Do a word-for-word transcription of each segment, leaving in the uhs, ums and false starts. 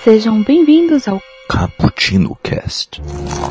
Sejam bem-vindos ao Cappuccino Cast.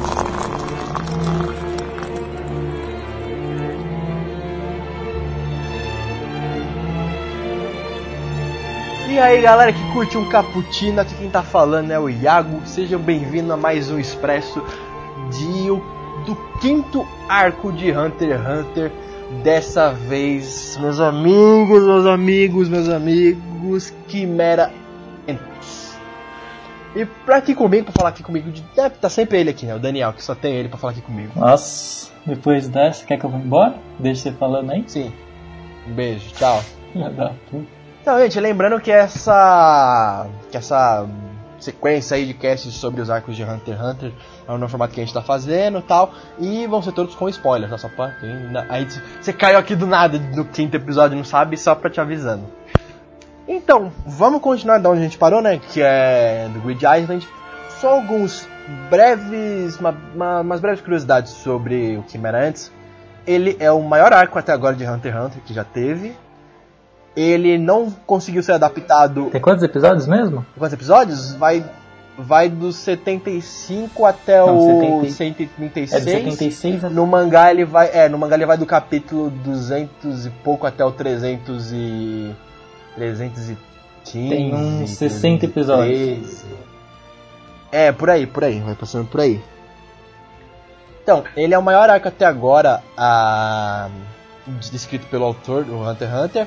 E aí galera que curte um cappuccino, aqui quem tá falando é o Iago. Sejam bem-vindos a mais um Expresso de, do quinto arco de Hunter x Hunter. Dessa vez, meus amigos, meus amigos, meus amigos, Quimera Ants. E pra aqui comigo, pra falar aqui comigo, deve tá sempre ele aqui, né? O Daniel, que só tem ele pra falar aqui comigo. Nossa, depois dessa, quer que eu vá embora? Deixa você falando aí? Sim. Um beijo, tchau. Já dá tudo. Então, gente, lembrando que essa que essa sequência aí de casts sobre os arcos de Hunter x Hunter é o novo formato que a gente tá fazendo e tal, e vão ser todos com spoilers, tá? Só pra quem... Aí você caiu aqui do nada no quinto episódio, não sabe, só pra te avisando. Então, vamos continuar de onde a gente parou, né? Que é do Grid Island. Só alguns breves, uma, uma, umas breves curiosidades sobre o Quimera Ants. Ele é o maior arco até agora de Hunter x Hunter que já teve. Ele não conseguiu ser adaptado... Tem quantos episódios mesmo? Quantos episódios? Vai, vai dos setenta e cinco até não, o setenta... cento e trinta e seis. É do setenta e seis a... No mangá ele vai, é, no mangá ele vai do capítulo duzentos e pouco até o trezentos e trezentos e quinze. Tem uns sessenta episódios. É, por aí, por aí, vai passando por aí. Então, ele é o maior arco até agora, a... descrito pelo autor do Hunter x Hunter.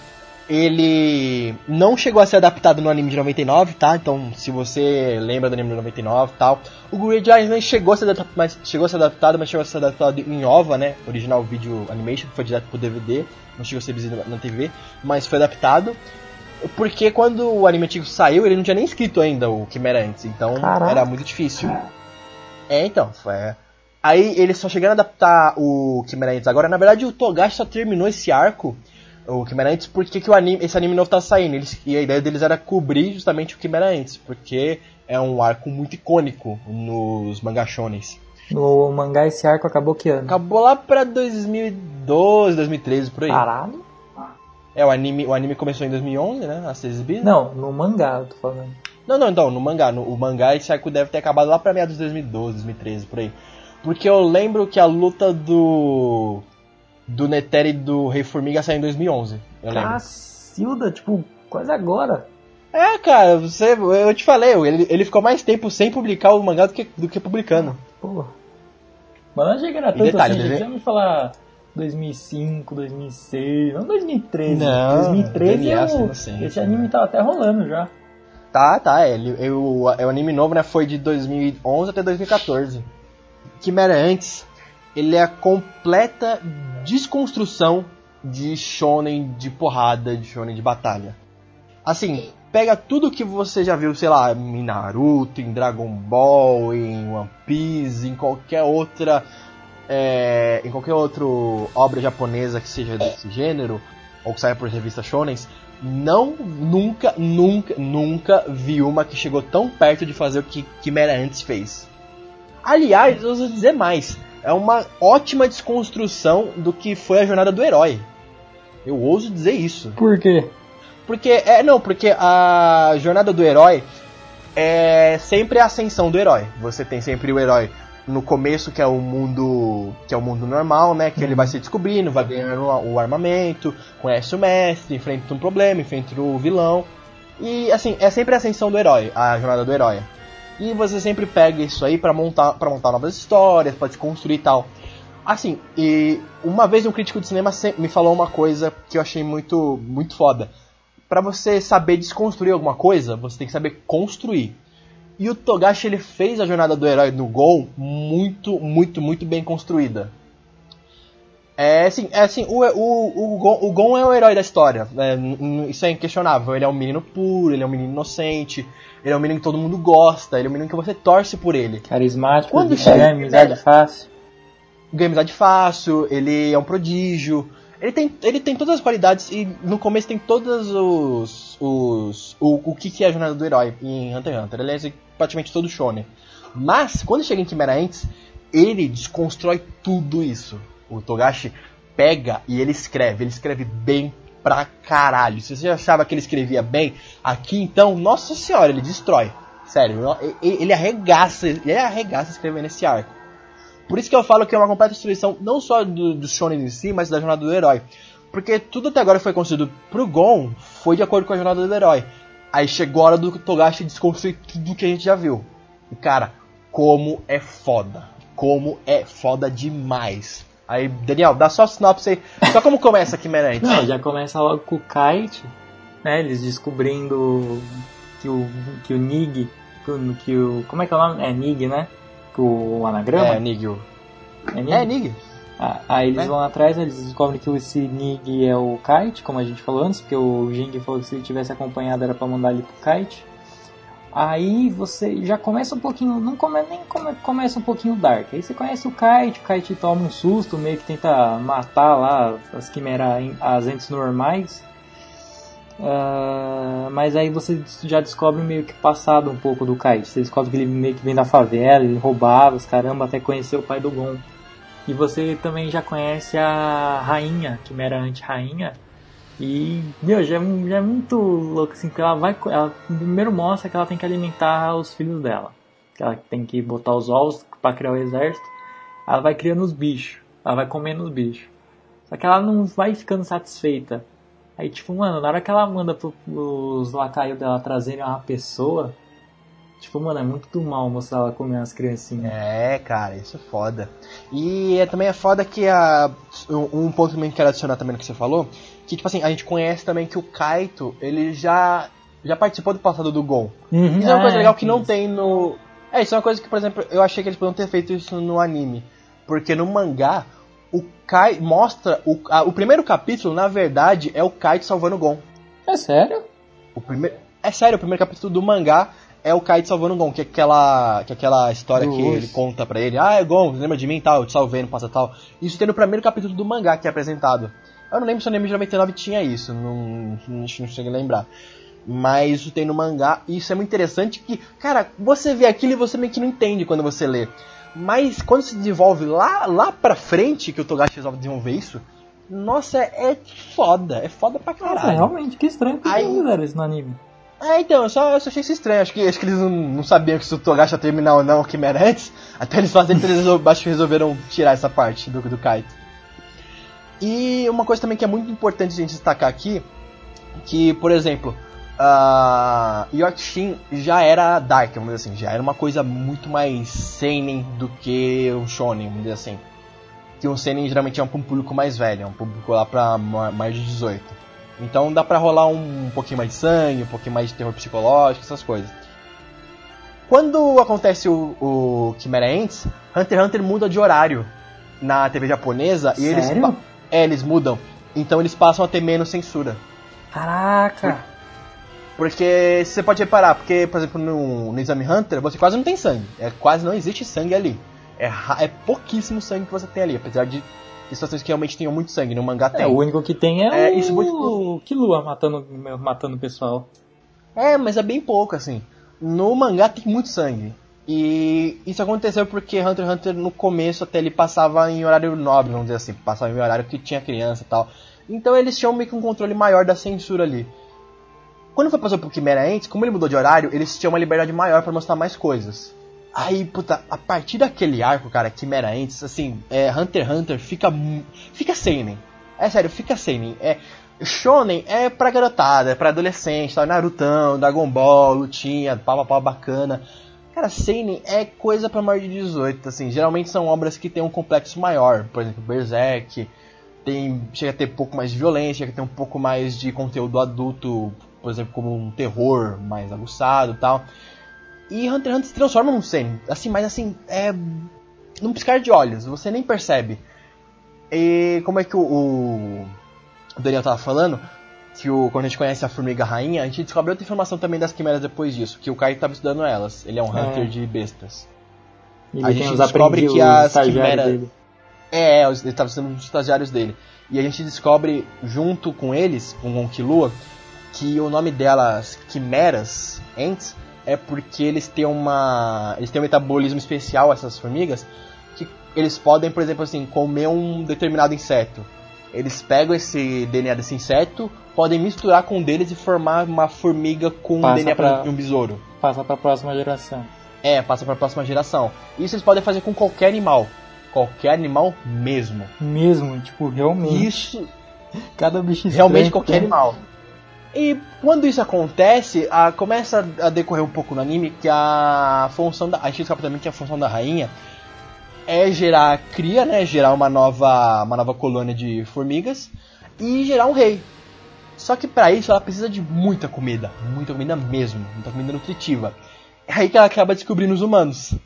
Ele não chegou a ser adaptado no anime de noventa e nove, tá? Então, se você lembra do anime de noventa e nove e tal, o Grid Island chegou a ser adaptado, mas chegou a ser adaptado, mas chegou a ser adaptado em O V A, né? Original Video Animation, que foi direto pro D V D, não chegou a ser exibido na T V, mas foi adaptado. Porque quando o anime antigo saiu, ele não tinha nem escrito ainda o Quimera Ants, então Caraca. Era muito difícil. É, então, foi... Aí eles só chegaram a adaptar o Quimera Ants. Agora, na verdade, o Togashi só terminou esse arco, o Quimera Ants, porque que o anime, esse anime novo tá saindo. Eles, e a ideia deles era cobrir justamente o Quimera Ants, porque é um arco muito icônico nos mangá shonens. No mangá esse arco acabou que ano? Acabou lá pra dois mil e doze, dois mil e treze, por aí. Caralho. É, o anime, o anime começou em dois mil e onze, né, a ser exibido. Não, no mangá eu tô falando. Não, não, então, no mangá. No, o mangá esse arco deve ter acabado lá pra meados de dois mil e doze, dois mil e treze, por aí. Porque eu lembro que a luta do do Netero e do Rei Formiga saiu em dois mil e onze. Eu lembro. Cacilda, tipo, quase agora. É, cara, você, eu te falei, ele, ele ficou mais tempo sem publicar o mangá do que, do que publicando. Porra. Mas não achei que era tanto detalhe, assim, já tinha me falar dois mil e cinco, dois mil e seis, não dois mil e treze. Não, dois mil e treze eu, inocente, esse anime né? Tava até rolando já. Tá, tá, ele, eu, o, o anime novo, né, foi de dois mil e onze até dois mil e quatorze. Quimera Ants, ele é a completa desconstrução de shonen de porrada, de shonen de batalha. Assim, pega tudo que você já viu, sei lá, em Naruto, em Dragon Ball, em One Piece, em qualquer outra, é, em qualquer outra obra japonesa que seja desse gênero, ou que saia por revistas shonens, não, nunca, nunca, nunca vi uma que chegou tão perto de fazer o que Quimera Ants fez. Aliás, eu vou dizer mais, é uma ótima desconstrução do que foi a jornada do herói. Eu ouso dizer isso. Por quê? Porque, é, não, porque a jornada do herói é sempre a ascensão do herói. Você tem sempre o herói no começo, que é o mundo, que é o mundo normal, né? Que ele vai se descobrindo, vai ganhando o armamento, conhece o mestre, enfrenta um problema, enfrenta o vilão. E, assim, é sempre a ascensão do herói, a jornada do herói. E você sempre pega isso aí pra montar, pra montar novas histórias, pra se construir e tal. Assim, e uma vez um crítico de cinema me falou uma coisa que eu achei muito, muito foda. Pra você saber desconstruir alguma coisa, você tem que saber construir. E o Togashi, ele fez a jornada do herói no Gon muito, muito, muito bem construída. É assim, é assim o, o, o, Gon, o Gon é o herói da história, é, isso é inquestionável. Ele é um menino puro, ele é um menino inocente, ele é um menino que todo mundo gosta, ele é um menino que você torce por ele. Carismático, quando chega, amizade fácil. Ganha amizade fácil, ele é um prodígio, ele tem, ele tem todas as qualidades e no começo tem todos os... os o, o que, que é a jornada do herói em Hunter x Hunter, ele é praticamente todo shonen. Mas, quando chega em Quimera Ants, ele desconstrói tudo isso. O Togashi pega e ele escreve, ele escreve bem pra caralho. Se você achava que ele escrevia bem, aqui então, nossa senhora, ele destrói. Sério, ele arregaça, ele arregaça escrevendo esse arco. Por isso que eu falo que é uma completa destruição, não só do, do shonen em si, mas da jornada do herói. Porque tudo até agora foi construído pro Gon, foi de acordo com a jornada do herói. Aí chegou a hora do Togashi desconstruir tudo que a gente já viu. E cara, como é foda. Como é foda demais. Aí, Daniel, dá só a sinopse aí. Só como começa aqui, Merente? Não, já começa logo com o Kite, né? Eles descobrindo que o, que o Nig, que o, que o... Como é que é o nome? É Nig, né? Que o anagrama? É, Nig. É Nig? É, Nig. Ah, aí eles é. vão atrás, eles descobrem que esse Nig é o Kite, como a gente falou antes, porque o Jing falou que se ele tivesse acompanhado era pra mandar ele pro Kite. Aí você já começa um pouquinho, não come, nem come, começa um pouquinho dark. Aí você conhece o Kite, o Kite toma um susto, meio que tenta matar lá as quimeras, as entes normais. Uh, mas aí você já descobre meio que passado um pouco do Kite. Você descobre que ele meio que vem da favela, ele roubava os caramba até conhecer o pai do Gon. E você também já conhece a rainha, quimera anti-rainha. E, meu, já, já é muito louco, assim, porque ela vai... Ela primeiro mostra que ela tem que alimentar os filhos dela. Que ela tem que botar os ovos pra criar o exército. Ela vai criando os bichos. Ela vai comendo os bichos. Só que ela não vai ficando satisfeita. Aí, tipo, mano, na hora que ela manda pros lacaios dela trazerem uma pessoa... Tipo, mano, é muito do mal mostrar ela comendo as criancinhas. É, cara, isso é foda. E é, também é foda que a... Um ponto também que eu quero adicionar também no que você falou... Que, tipo assim, a gente conhece também que o Kaito, ele já, já participou do passado do Gon. Uhum, isso é uma coisa é, legal que isso. não tem no... É, isso é uma coisa que, por exemplo, eu achei que eles poderiam ter feito isso no anime. Porque no mangá, o Kai mostra... O, a, o primeiro capítulo, na verdade, é o Kaito salvando o Gon. É sério? O primeiro, é sério, o primeiro capítulo do mangá é o Kaito salvando o Gon. Que é aquela, que é aquela história Nossa. que ele conta pra ele. Ah, é Gon, lembra de mim e tal, eu te salvei, não passa tal. Isso tem no primeiro capítulo do mangá que é apresentado. Eu não lembro se o anime de noventa e nove tinha isso, não, não, não chego a lembrar. Mas isso tem no mangá, e isso é muito interessante que, cara, você vê aquilo e você meio que não entende quando você lê. Mas quando se desenvolve lá, lá pra frente, que o Togashi resolve desenvolver isso, nossa, é, é foda, é foda pra caralho. Nossa, realmente, que estranho que eles fizeram isso no anime. É, então, eu só, eu só achei isso estranho, acho que, acho que eles não, não sabiam que se o Togashi ia terminar ou não o Quimera antes, até eles fazerem, eles acho que resolveram tirar essa parte do, do Kaito. E uma coisa também que é muito importante a gente destacar aqui, que, por exemplo, uh, Yorkshin já era dark, vamos dizer assim, já era uma coisa muito mais seinen do que um shonen, vamos dizer assim. Que um seinen geralmente é um público mais velho, é um público lá pra mais de dezoito. Então dá pra rolar um, um pouquinho mais de sangue, um pouquinho mais de terror psicológico, essas coisas. Quando acontece o, o Chimera Ants, Hunter x Hunter muda de horário na T V japonesa. Sério? E eles... É, eles mudam. Então eles passam a ter menos censura. Caraca! Por, porque você pode reparar, porque, por exemplo, no, no Exame Hunter, você quase não tem sangue. É, quase não existe sangue ali. É, é pouquíssimo sangue que você tem ali, apesar de situações que realmente tenham muito sangue. No mangá tem. É, o único que tem é, é o isso muito... Killua matando, matando o pessoal. É, mas é bem pouco, assim. No mangá tem muito sangue. E isso aconteceu porque Hunter x Hunter no começo até ele passava em horário nobre, vamos dizer assim, passava em horário que tinha criança e tal. Então eles tinham meio que um controle maior da censura ali. Quando foi passar pro Chimera Ants, como ele mudou de horário, eles tinham uma liberdade maior pra mostrar mais coisas. Aí, puta, a partir daquele arco, cara, Chimera Ants, assim, é, Hunter x Hunter fica fica seinen. É sério, fica seinen. É, shonen é pra garotada, é pra adolescente, tá? Narutão, Dragon Ball, lutinha, pá, pá, pá, bacana. Cara, seinen é coisa pra maior de dezoito, assim, geralmente são obras que tem um complexo maior, por exemplo, Berserk, tem, chega a ter um pouco mais de violência, chega a ter um pouco mais de conteúdo adulto, por exemplo, como um terror mais aguçado e tal. E Hunter x Hunter se transforma num seinen, assim, mas assim, é num piscar de olhos, você nem percebe. E como é que o, o Daniel tava falando, que o, quando a gente conhece a Formiga Rainha, a gente descobre outra informação também das quimeras depois disso, que o Kai estava estudando elas. Ele é um é. hunter de bestas. E a gente descobre que as quimeras... Dele. É, ele estava sendo os estagiários dele. E a gente descobre, junto com eles, com o Killua, que o nome delas, quimeras, ants, é porque eles têm uma... Eles têm um metabolismo especial, essas formigas, que eles podem, por exemplo, assim, comer um determinado inseto. Eles pegam esse D N A desse inseto, podem misturar com um deles e formar uma formiga com passa D N A pra, de um besouro. Passa pra próxima geração. É, passa pra próxima geração. Isso eles podem fazer com qualquer animal. Qualquer animal mesmo. Mesmo, tipo, realmente. Isso, Cada bicho estranho realmente qualquer tem. animal. E quando isso acontece, a, começa a decorrer um pouco no anime que a função da... A gente descobre também que a função da rainha é gerar cria, né? Gerar uma nova, uma nova colônia de formigas e gerar um rei. Só que pra isso ela precisa de muita comida. Muita comida mesmo. Muita comida nutritiva. É aí que ela acaba descobrindo os humanos.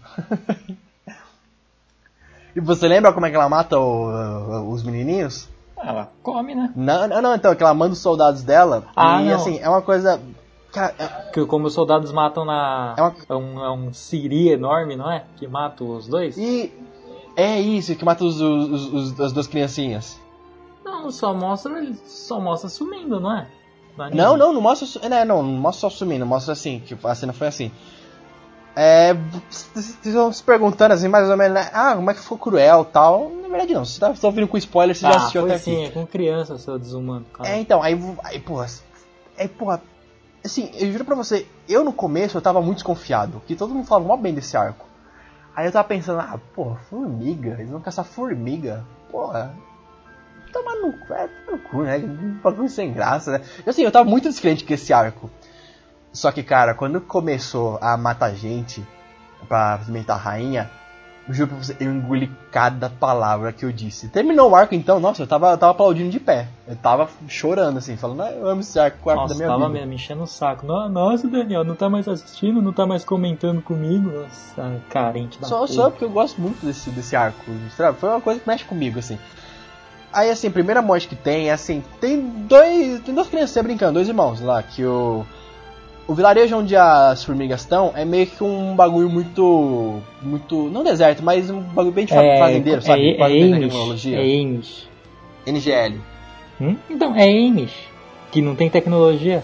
E você lembra como é que ela mata o, os menininhos? Ela come, né? Não, não, não, então, que ela manda os soldados dela. Ah, e não. assim, é uma coisa. Cara, é- Que como os soldados matam na... É uma- É um, é um siri enorme, não é? Que mata os dois? e é isso que mata os, os, os- as duas criancinhas. Não, só mostra, ele só mostra sumindo, não é? No anime. Não, não, não mostra. su- Né, não, não mostra só sumindo, mostra assim, que a cena foi assim. É. Vocês estão se perguntando assim, mais ou menos, né? Ah, como é que ficou cruel e tal. Na verdade não, você tá, você tá ouvindo com spoiler, você Ah, já assistiu foi até assim, aqui. é com criança, seu desumano, cara. É, então, aí, aí, porra, aí, porra, assim, eu juro pra você, eu no começo eu tava muito desconfiado, que todo mundo falava mó bem desse arco. Aí eu tava pensando, ah, porra, formiga, eles vão caçar formiga, porra, toma no cu, é, toma no cu, né, um bagulho sem graça, né. E, assim, eu tava muito descrente com esse arco. Só que, cara, quando começou a matar gente pra alimentar a rainha, eu juro pra você, eu engoli cada palavra que eu disse. Terminou o arco então, nossa, eu tava, eu tava aplaudindo de pé. Eu tava chorando assim, falando, ah, eu amo esse arco, o arco Nossa, da minha tava vida. me enchendo o saco. No- Nossa, Daniel, não tá mais assistindo, não tá mais comentando comigo. Nossa, carente da Só, porra. só porque eu gosto muito desse, desse arco. Sabe? Foi uma coisa que mexe comigo, assim. Aí, assim, a primeira morte que tem é assim, tem dois. Tem duas crianças brincando, dois irmãos lá, que o. O vilarejo onde as formigas estão é meio que um bagulho muito. Muito. Não deserto, mas um bagulho bem de É, fazendeiro, sabe? é, Quase é não tem Amish, tecnologia. é Amish. N G L. Hum? Então, é Amish, que não tem tecnologia.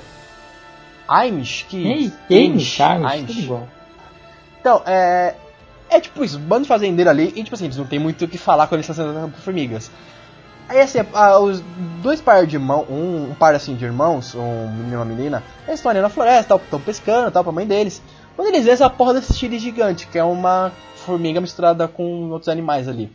Amish? Que. É Amish, Amish, Amish. tudo igual. Então, é. É tipo isso, bando de fazendeiro ali, e tipo assim, eles não tem muito o que falar quando eles estão sendo formigas. Aí assim, ah, os dois pares de irmãos, um, um par assim de irmãos, um menino e uma menina, eles estão ali na floresta, estão pescando, tal, pra mãe deles. Quando eles veem essa porra desse chile gigante, que é uma formiga misturada com outros animais ali.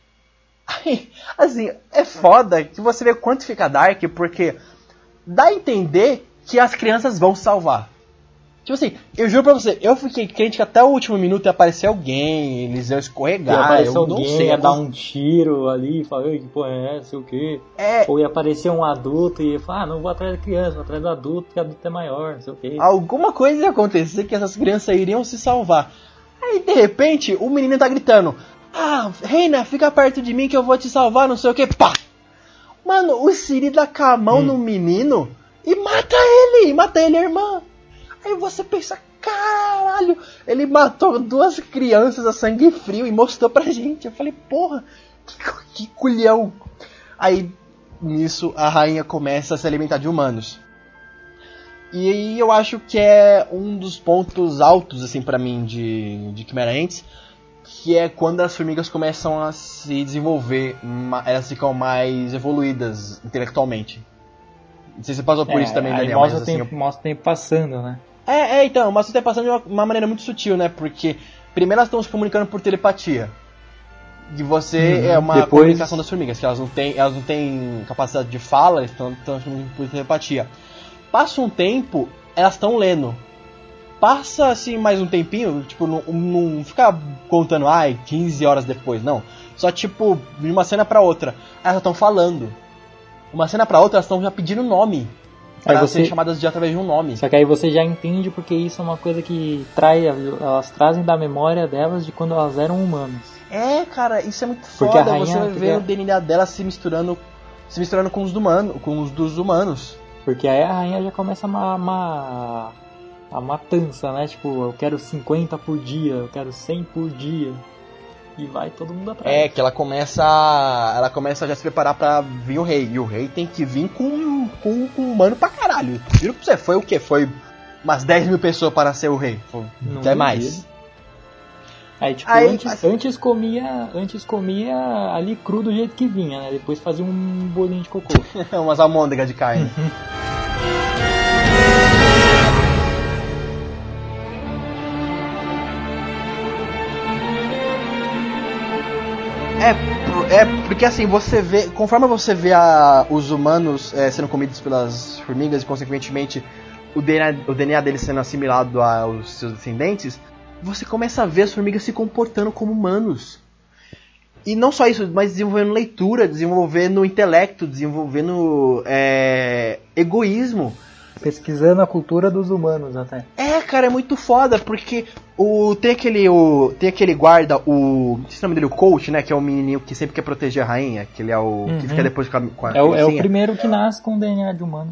Aí, assim, é foda que você vê quanto fica dark, porque dá a entender que as crianças vão salvar. Tipo assim, eu juro pra você, eu fiquei crente que até o último minuto ia aparecer alguém, eles iam E escorregar, aparecer eu não alguém, sei. ia dar um tiro ali, falar, "Ei, que porra é essa, sei o quê?" É, Ou ia aparecer um adulto e ia falar, ah, não vou atrás da criança, vou atrás do adulto, porque o adulto é maior, sei o quê. alguma coisa ia acontecer que essas crianças iriam se salvar. Aí de repente o menino tá gritando: ah, Reina, fica perto de mim que eu vou te salvar, não sei o que, pá! Mano, o Siri dá com a mão Hum. no menino e mata ele, mata ele, a irmã. Aí você pensa, caralho, ele matou duas crianças a sangue frio e mostrou pra gente. Eu falei, porra, que, que culhão. Aí nisso a rainha começa a se alimentar de humanos. E aí eu acho que é um dos pontos altos, assim, pra mim, de, de Chimera Ants, que é quando as formigas começam a se desenvolver, ma- elas ficam mais evoluídas intelectualmente. Não sei se você passou por É, isso também, aí Daniel, mostra, mas o assim... tempo, mostra o tempo passando, né? Eu... É, é, então, mas você tá passando de uma, uma maneira muito sutil, né? Porque primeiro elas estão se comunicando por telepatia. E você Uhum, é uma depois- comunicação das formigas, que elas não têm, elas não têm capacidade de fala, elas estão estão se comunicando por telepatia. Passa um tempo, elas estão lendo. Passa assim mais um tempinho, tipo, não, não fica contando, ai, quinze horas depois, não. Só tipo, de uma cena pra outra, elas estão falando. Uma cena pra outra, elas estão já pedindo nome. Aí Pra você- serem chamadas de através de um nome. Só que aí você já entende porque isso é uma coisa que trai, elas trazem da memória delas de quando elas eram humanas. É, cara, isso é muito Porque foda. a rainha Você vai ver fica- o D N A dela se misturando, se misturando com os do humano, com os dos humanos. Porque aí a rainha já começa a, ma- ma- a matança, né? Tipo, eu quero cinquenta por dia, eu quero cem por dia. E vai todo mundo atrás. É, que ela começa, a- ela começa a já se preparar pra vir o rei. E o rei tem que vir com, com, com humano pra caralho. Juro pra você, foi o quê? Foi umas dez mil pessoas para ser o rei. Foi Não até duvido. mais. Aí, tipo, Aí, antes, assim- antes comia antes comia ali cru do jeito que vinha, né? Depois fazia um bolinho de cocô. Umas almôndegas de carne. É, é porque assim, você vê, conforme você vê a, os humanos é, sendo comidos pelas formigas e consequentemente o D N A, o D N A deles sendo assimilado aos seus descendentes, você começa a ver as formigas se comportando como humanos. E não só isso, mas desenvolvendo leitura, desenvolvendo intelecto, desenvolvendo é, egoísmo. Pesquisando a cultura dos humanos até. É, cara, é muito foda, porque o, tem, aquele, o, tem aquele guarda, o. Não sei o nome dele, o coach, né? Que é o menininho que sempre quer proteger a rainha, que ele é o. Uhum. Que fica depois com a, com a é, o, é o primeiro que nasce com D N A de humano.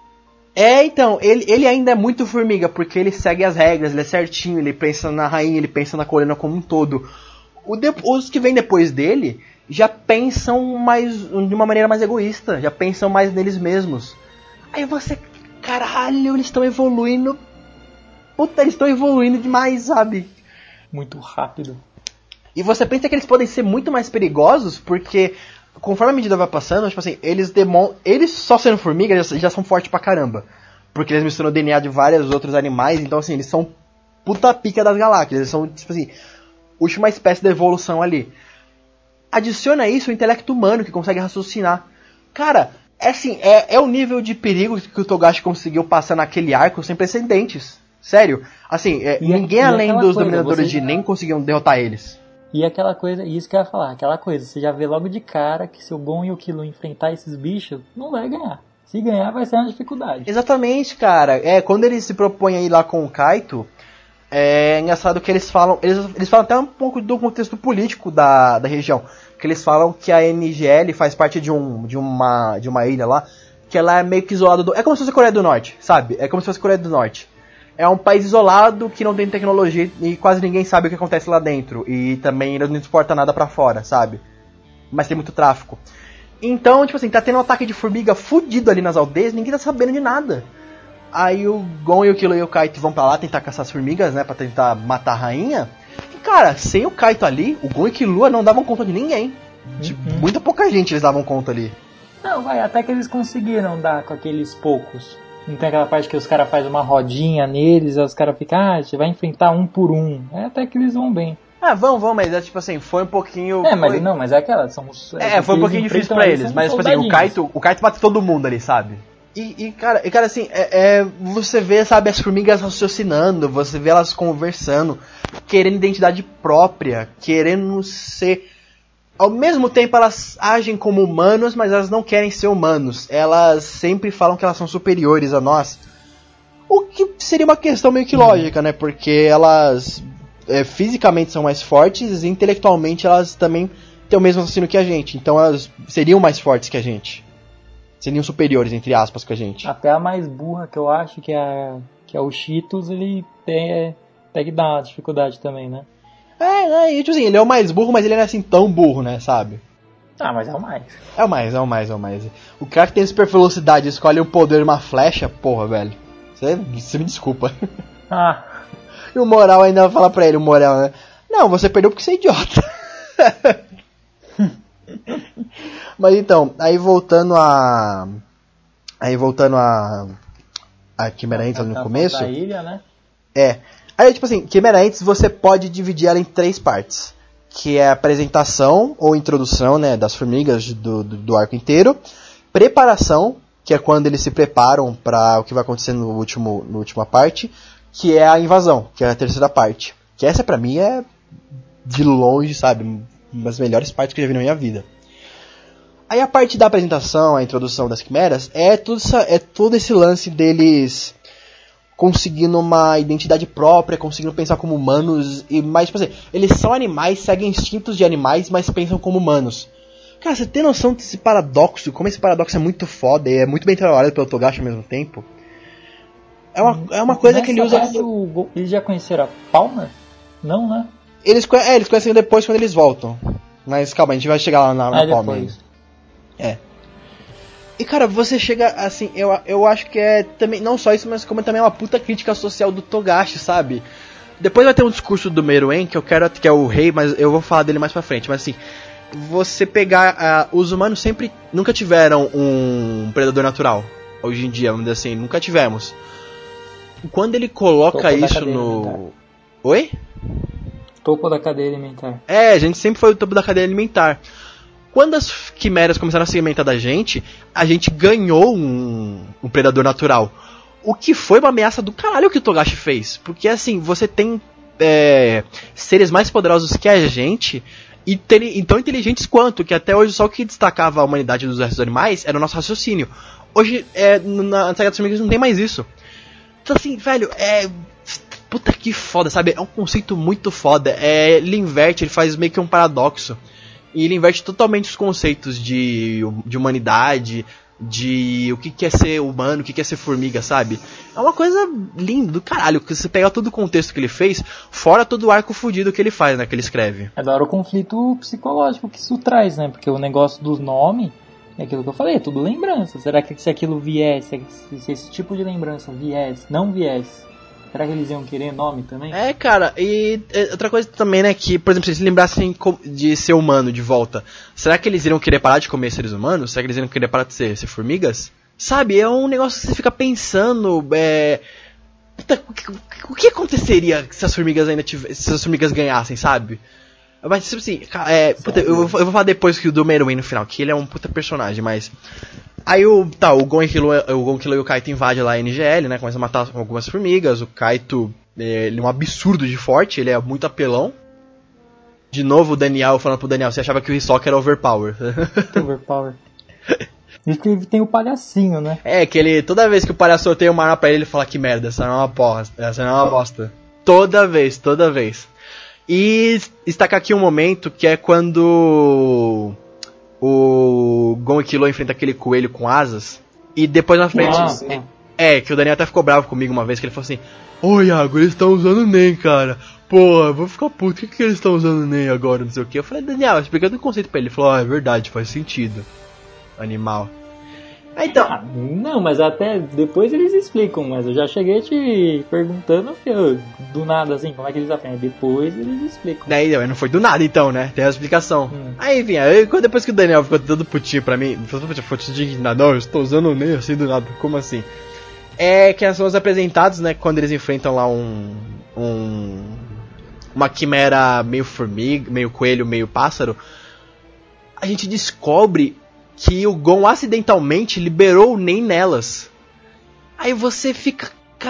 É, então, ele, ele ainda é muito formiga, porque ele segue as regras, ele é certinho, ele pensa na rainha, ele pensa na colina como um todo. O de, os que vêm depois dele já pensam mais de uma maneira mais egoísta, já pensam mais neles mesmos. Aí você, caralho, eles estão evoluindo. Puta, eles estão evoluindo demais, sabe? Muito rápido. E você pensa que eles podem ser muito mais perigosos, porque conforme a medida vai passando, tipo assim, eles demon... eles só sendo formigas já, já são fortes pra caramba. Porque eles misturam o D N A de vários outros animais, então assim, eles são puta pica das galáxias, eles são, tipo assim, última espécie da evolução ali. Adiciona isso o intelecto humano, que consegue raciocinar. Cara, é assim, é, é o nível de perigo que o Togashi conseguiu passar naquele arco sem precedentes. Sério. Assim, é, ninguém e além dos coisa, dominadores você... de Nen conseguiam derrotar eles. E aquela coisa, isso que eu ia falar, aquela coisa, você já vê logo de cara que se o Gon e o Killua enfrentar esses bichos, não vai ganhar. Se ganhar, vai ser uma dificuldade. Exatamente, cara. É, quando eles se propõem a ir lá com o Kaito, é engraçado que eles falam, eles, eles falam até um pouco do contexto político da, da região, que eles falam que a N G L faz parte de, um, de, uma, de uma ilha lá, que ela é meio que isolada do... É como se fosse a Coreia do Norte, sabe? É como se fosse a Coreia do Norte. É um país isolado que não tem tecnologia e quase ninguém sabe o que acontece lá dentro. E também não exporta nada pra fora, sabe? Mas tem muito tráfico. Então, tipo assim, tá tendo um ataque de formiga fudido ali nas aldeias, ninguém tá sabendo de nada. Aí o Gon e o Killua e o Kaito vão pra lá tentar caçar as formigas, né? Pra tentar matar a rainha. E, cara, sem o Kaito ali, o Gon e o Killua não davam conta de ninguém. De uhum. Muita pouca gente eles davam conta ali. Não, vai, até que eles conseguiram dar com aqueles poucos. Não tem aquela parte que os caras fazem uma rodinha neles, aí os caras ficam, ah, a gente vai enfrentar um por um. É até que eles vão bem. Ah, vão, vão, mas é tipo assim, foi um pouquinho... É, mas foi... não, mas é aquela, são os... É, é foi um pouquinho difícil pra eles, mas tipo assim, o Kaito, o Kaito mata todo mundo ali, sabe? E, e, cara, e, cara, assim, é, é, você vê, sabe, as formigas raciocinando, você vê elas conversando, querendo identidade própria, querendo ser... Ao mesmo tempo elas agem como humanos, mas elas não querem ser humanos. Elas sempre falam que elas são superiores a nós. O que seria uma questão meio que lógica, né? Porque elas é, fisicamente são mais fortes e intelectualmente elas também têm o mesmo raciocínio que a gente. Então elas seriam mais fortes que a gente. Seriam superiores, entre aspas, que a gente. Até a mais burra que eu acho, que é, que é o Cheetos, ele tem, tem que dar uma dificuldade também, né? É, é, tipo assim, ele é o mais burro, mas ele não é assim tão burro, né, sabe? Ah, mas é o mais. É o mais, é o mais, é o mais. O cara que tem super velocidade escolhe o poder de uma flecha, porra, velho. Você, você me desculpa. Ah. E o Moral ainda fala pra ele, o Moral, né? Não, você perdeu porque você é idiota. Mas então, aí voltando a... Aí voltando a... A Quimera Ants no começo... Da ilha, né? É... Aí, tipo assim, Quimera Ants você pode dividir ela em três partes. Que é a apresentação ou introdução, né, das formigas do, do, do arco inteiro. Preparação, que é quando eles se preparam para o que vai acontecer no último, no última parte. Que é a invasão, que é a terceira parte. Que essa pra mim é, de longe, sabe, uma das melhores partes que eu já vi na minha vida. Aí a parte da apresentação, a introdução das quimeras, é, tudo essa, é todo esse lance deles... conseguindo uma identidade própria, conseguindo pensar como humanos, e mais, tipo assim, eles são animais, seguem instintos de animais, mas pensam como humanos. Cara, você tem noção desse paradoxo, como esse paradoxo é muito foda, e é muito bem trabalhado pelo Togashi ao mesmo tempo? É uma, é uma coisa Nessa que ele usa... Parte, o, eles já conheceram a Palmer? Não, né? Eles, é, eles conhecem depois quando eles voltam. Mas calma, a gente vai chegar lá na, na ah, Palmer. É. E cara, você chega assim, eu, eu acho que é também, não só isso, mas como também é uma puta crítica social do Togashi, sabe? Depois vai ter um discurso do Meruem, que eu quero, que é o rei, mas eu vou falar dele mais pra frente, mas assim, você pegar, uh, os humanos sempre, nunca tiveram um predador natural, hoje em dia, vamos dizer assim, nunca tivemos. Quando ele coloca isso no... Oi? Topo da cadeia alimentar. É, a gente sempre foi o topo da cadeia alimentar. Quando as quimeras começaram a se alimentar da gente, a gente ganhou um, um predador natural. O que foi uma ameaça do caralho que o Togashi fez. Porque assim, você tem é, seres mais poderosos que a gente e, ter, e tão inteligentes quanto, que até hoje só o que destacava a humanidade dos restos dos animais era o nosso raciocínio. Hoje, é, na Saga das Formigas não tem mais isso. Então assim, velho, é... Puta que foda, sabe? É um conceito muito foda. É, ele inverte, ele faz meio que um paradoxo. E ele inverte totalmente os conceitos de, de humanidade, de o que quer ser humano, o que quer ser formiga, sabe? É uma coisa linda do caralho, que você pega todo o contexto que ele fez, fora todo o arco fudido que ele faz, né, que ele escreve. É da hora o conflito psicológico que isso traz, né? Porque o negócio dos nomes, é aquilo que eu falei, é tudo lembrança. Será que se aquilo viesse, se esse tipo de lembrança viesse, não viesse, será que eles iam querer nome também? É, cara, e outra coisa também, né, que, por exemplo, se eles lembrassem de ser humano de volta, será que eles iriam querer parar de comer seres humanos? Será que eles iriam querer parar de ser, ser formigas? Sabe, é um negócio que você fica pensando, é... Puta, o, que, o que aconteceria se as formigas ainda tivessem, se as formigas ganhassem, sabe? Mas, tipo assim, é, puta, eu, vou, eu vou falar depois que do Meruem no final, que ele é um puta personagem, mas... Aí o, tá, o Gon Killua, o Gon Killua e o Kaito invadem lá a N G L, né, começam a matar algumas formigas, o Kaito, ele é um absurdo de forte, ele é muito apelão. De novo o Daniel falando pro Daniel, você achava que o Hisoka era overpower. Overpower. Diz que tem o palhacinho, né? É, que ele, toda vez que o palhaço sorteia uma arma pra ele, ele fala que merda, essa não é uma porra, essa não é uma bosta. Toda vez, toda vez. E destacar aqui um momento que é quando... o Gon Killua enfrenta aquele coelho com asas. E depois na frente... Ah, sim. É, que o Daniel até ficou bravo comigo uma vez, que ele falou assim: ô Iago, eles estão usando NEM, cara. Pô, eu vou ficar puto, por que, que eles estão usando NEM agora, não sei o que. Eu falei, Daniel, explicando o conceito pra ele. Ele falou, ah, é verdade, faz sentido. Animal. Aí, então... Ah, não, mas até depois eles explicam, mas eu já cheguei te perguntando que eu, do nada assim, como é que eles aprendem. Depois eles explicam. Daí não foi do nada então, né? Tem a explicação. Hum. Aí, enfim, aí, depois que o Daniel ficou todo putinho pra mim, ficou indignado, não, eu estou usando o NEM assim do nada, como assim? É que são os apresentados, né, quando eles enfrentam lá um... um uma quimera meio formiga, meio coelho, meio pássaro. A gente descobre que o Gon acidentalmente liberou o NEM nelas. Aí você fica...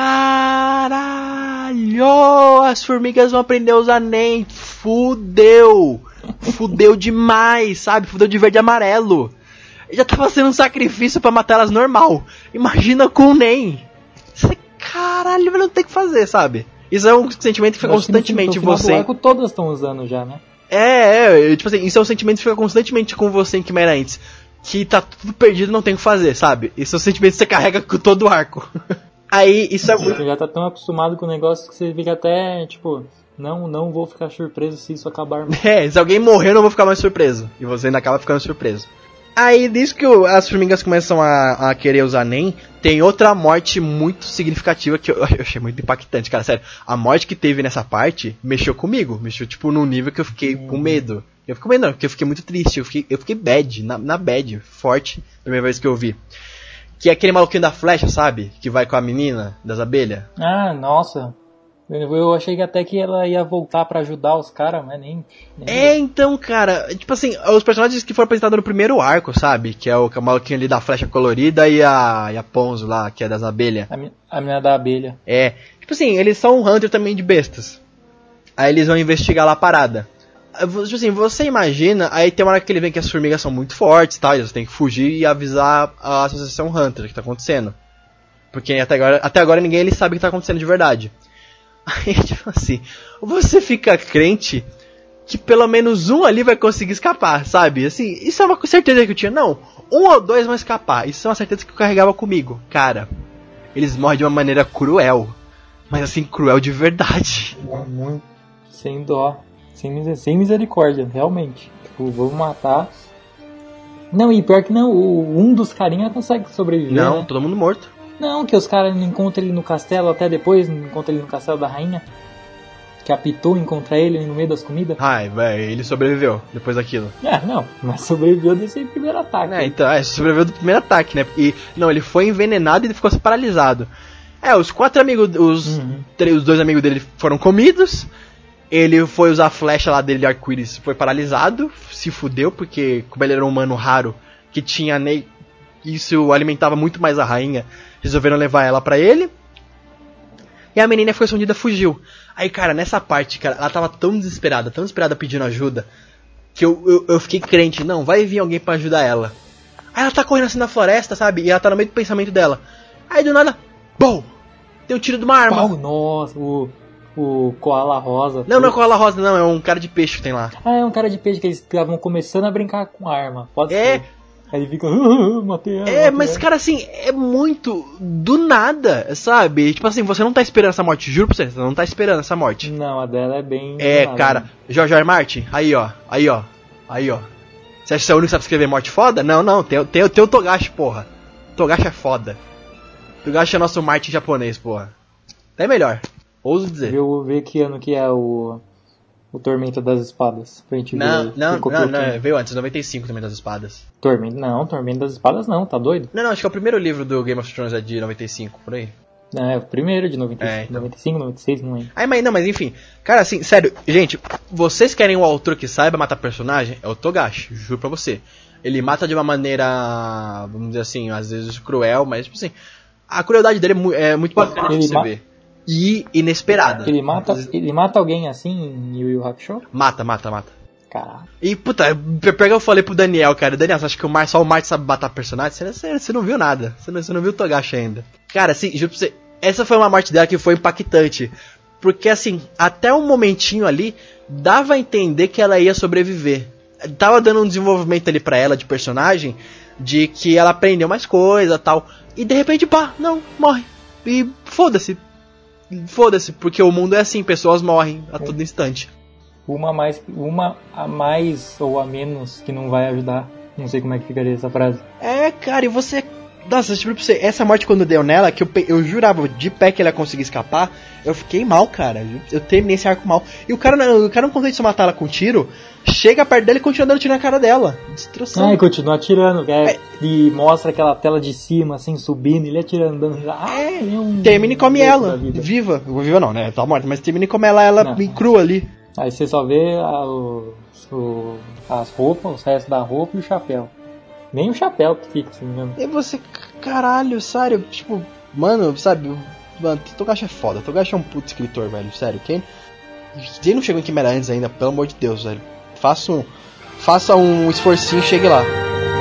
Caralho! As formigas vão aprender a usar NEM. Fudeu! Fudeu demais, sabe? Fudeu de verde e amarelo. Já tava sendo um sacrifício pra matar elas normal. Imagina com o NEM. Você, caralho, não tem o que fazer, sabe? Isso é um sentimento que fica constantemente em você. No arco todas estão usando já, né? É, é, tipo assim, isso é um sentimento que fica constantemente com você em Quimera Ants. Que tá tudo perdido e não tem o que fazer, sabe? Isso é um sentimento que você carrega com todo o arco. Aí, isso é muito... Você já tá tão acostumado com o negócio que você fica até, tipo... Não, não vou ficar surpreso se isso acabar mais. É, se alguém morrer eu não vou ficar mais surpreso. E você ainda acaba ficando surpreso. Aí, desde que o, as formigas começam a, a querer usar NEM, tem outra morte muito significativa que eu, eu achei muito impactante, cara, sério. A morte que teve nessa parte mexeu comigo, mexeu, tipo, num nível que eu fiquei hum. com medo. Eu fico medo não, porque eu fiquei muito triste, eu fiquei, eu fiquei bad, na, na bad, forte, primeira vez que eu vi. Que é aquele maluquinho da flecha, sabe? Que vai com a menina das abelhas. Ah, nossa. Eu achei que até que ela ia voltar pra ajudar os caras, mas nem, nem... É, então, cara, tipo assim, os personagens que foram apresentados no primeiro arco, sabe? Que é o, que é o maluquinho ali da flecha colorida e a, e a Ponzo lá, que é das abelhas. A, a menina da abelha. É, tipo assim, eles são um hunter também de bestas. Aí eles vão investigar lá a parada. Tipo assim, você imagina, aí tem uma hora que ele vê que as formigas são muito fortes e tal, eles têm que fugir e avisar a associação Hunter que tá acontecendo. Porque até agora, até agora ninguém ele sabe o que tá acontecendo de verdade. Aí, tipo assim, você fica crente que pelo menos um ali vai conseguir escapar, sabe? Assim, isso é uma certeza que eu tinha. Não, um ou dois vão escapar. Isso é uma certeza que eu carregava comigo. Cara, eles morrem de uma maneira cruel. Mas assim, cruel de verdade. Muito. Sem dó. Sem, sem misericórdia, realmente. Tipo, vamos matar. Não, e pior que não, o, um dos carinha consegue sobreviver. Não, né? todo mundo morto. Não, que os caras encontram ele no castelo, até depois encontram ele no castelo da rainha. Que a Pitou encontra ele no meio das comidas. Ai, velho, ele sobreviveu depois daquilo. É, não, mas sobreviveu desse primeiro ataque. É, então, é, sobreviveu do primeiro ataque, né? E, não, ele foi envenenado e ele ficou paralisado. É, os quatro amigos, os, uhum. três, os dois amigos dele foram comidos. Ele foi usar a flecha lá dele de arco-íris, foi paralisado, se fudeu, porque como ele era um humano raro, que tinha ne... isso alimentava muito mais a rainha, resolveram levar ela pra ele. E a menina foi escondida, fugiu. Aí, cara, nessa parte, cara, ela tava tão desesperada, tão desesperada pedindo ajuda, que eu, eu, eu fiquei crente, não, vai vir alguém pra ajudar ela. Aí ela tá correndo assim na floresta, sabe? E ela tá no meio do pensamento dela. Aí do nada, bom, tem um tiro de uma arma. Oh, nossa, o, o Koala Rosa. Não, não é Koala Rosa, não, é um cara de peixe que tem lá. Ah, é um cara de peixe que eles estavam começando a brincar com arma. Pode É. ser. Aí ele fica, uh, matei ela. É, matei mas ela. cara, assim, é muito do nada, sabe? Tipo assim, você não tá esperando essa morte, juro pra você, você não tá esperando essa morte. Não, a dela é bem... É, nada, cara, né? George R. R. Martin, aí ó, aí ó, aí ó. Você acha que você é o único que sabe escrever morte foda? Não, não, tem, tem, tem o Togashi, porra. Togashi é foda. Togashi é nosso Martin japonês, porra. É melhor, ouso dizer. Eu vou ver que ano que é o... O Tormenta das Espadas. Pra gente Não, ver. não, quem copiou não, não, quem. veio antes, noventa e cinco também das espadas. Tormenta, não, Tormenta das Espadas não, tá doido? Não, não, acho que é o primeiro livro do Game of Thrones é de noventa e cinco, por aí. Não, é o primeiro de noventa e cinco, É, então. noventa e cinco, noventa e seis, não lembro. Aí, mas não, mas enfim. Cara, assim, sério, gente, vocês querem um autor que saiba matar personagem? É o Togashi, juro pra você. Ele mata de uma maneira, vamos dizer assim, às vezes cruel, mas tipo assim, a crueldade dele é, mu- é muito bacana de Ele você ma- ver. E inesperada. Ele mata, ele mata alguém assim em Yu Yu Hakusho? Mata, mata, mata. Caralho. E, puta, pega eu falei pro Daniel, cara. Daniel, você acha que o Mar, só o Marte sabe matar personagem? Você, você, você não viu nada. Você não, você não viu o Togashi ainda. Cara, assim, juro pra você, essa foi uma morte dela que foi impactante. Porque, assim, até um momentinho ali, dava a entender que ela ia sobreviver. Tava dando um desenvolvimento ali pra ela de personagem, de que ela aprendeu mais coisa e tal. E de repente, pá, não, morre. E foda-se. Foda-se, porque o mundo é assim, pessoas morrem a todo instante. Uma a mais, uma a mais ou a menos que não vai ajudar. Não sei como é que ficaria essa frase. É, cara, e você... Nossa, tipo pra você, essa morte quando deu nela, que eu, pe- eu jurava de pé que ela ia conseguir escapar, eu fiquei mal, cara. Eu, eu terminei esse arco mal. E o cara, não- o cara não consegue só matar ela com tiro, chega perto dela e continua dando tiro na cara dela. Destroçando. Ah, e continua atirando, é, É. e mostra aquela tela de cima, assim, subindo, ele atirando, dando risada. Ah, ele é um... Termina e come louco ela, da vida. viva. Viva não, né? Tá morta, mas termina e come ela, ela Não. bem crua ali. Aí você só vê a, o, o- as roupas, os restos da roupa e o chapéu. Nem o chapéu que fica, se não me engano. E você, caralho, sério, tipo, mano, sabe, mano, Togashi é foda, Togashi é um puto escritor, velho, sério, quem, quem não chegou em Quimera antes ainda, pelo amor de Deus, velho, faça um, faça um esforcinho e chegue lá.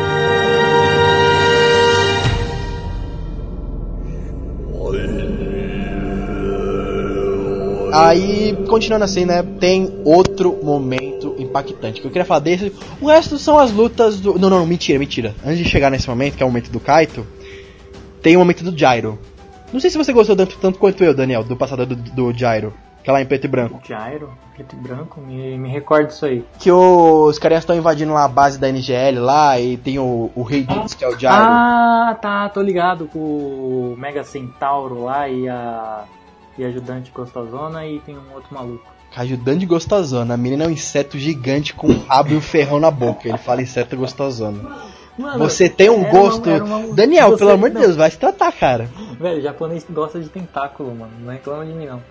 Aí, continuando assim, né, tem outro momento impactante que eu queria falar desse. O resto são as lutas do... Não, não, mentira, mentira. Antes de chegar nesse momento, que é o momento do Kaito, tem o momento do Gyro. Não sei se você gostou tanto, tanto quanto eu, Daniel, do passado do, do Gyro, que é lá em preto e branco. Gyro, preto e branco, me, me recordo disso aí. Que os caras estão invadindo lá a base da N G L lá, e tem o, o Rei Dins, que é o Gyro. Ah, tá, tô ligado com o Mega Centauro lá e a, e a ajudante gostosona e tem um outro maluco. Ajudante gostosona, a menina é um inseto gigante com um rabo e um ferrão na boca. Ele fala inseto gostosona. Mano, Você tem um era gosto. uma- era uma- Daniel, você- pelo amor de não. Deus, vai se tratar, cara. Velho, japonês gosta de tentáculo, mano. Não reclama de mim, não.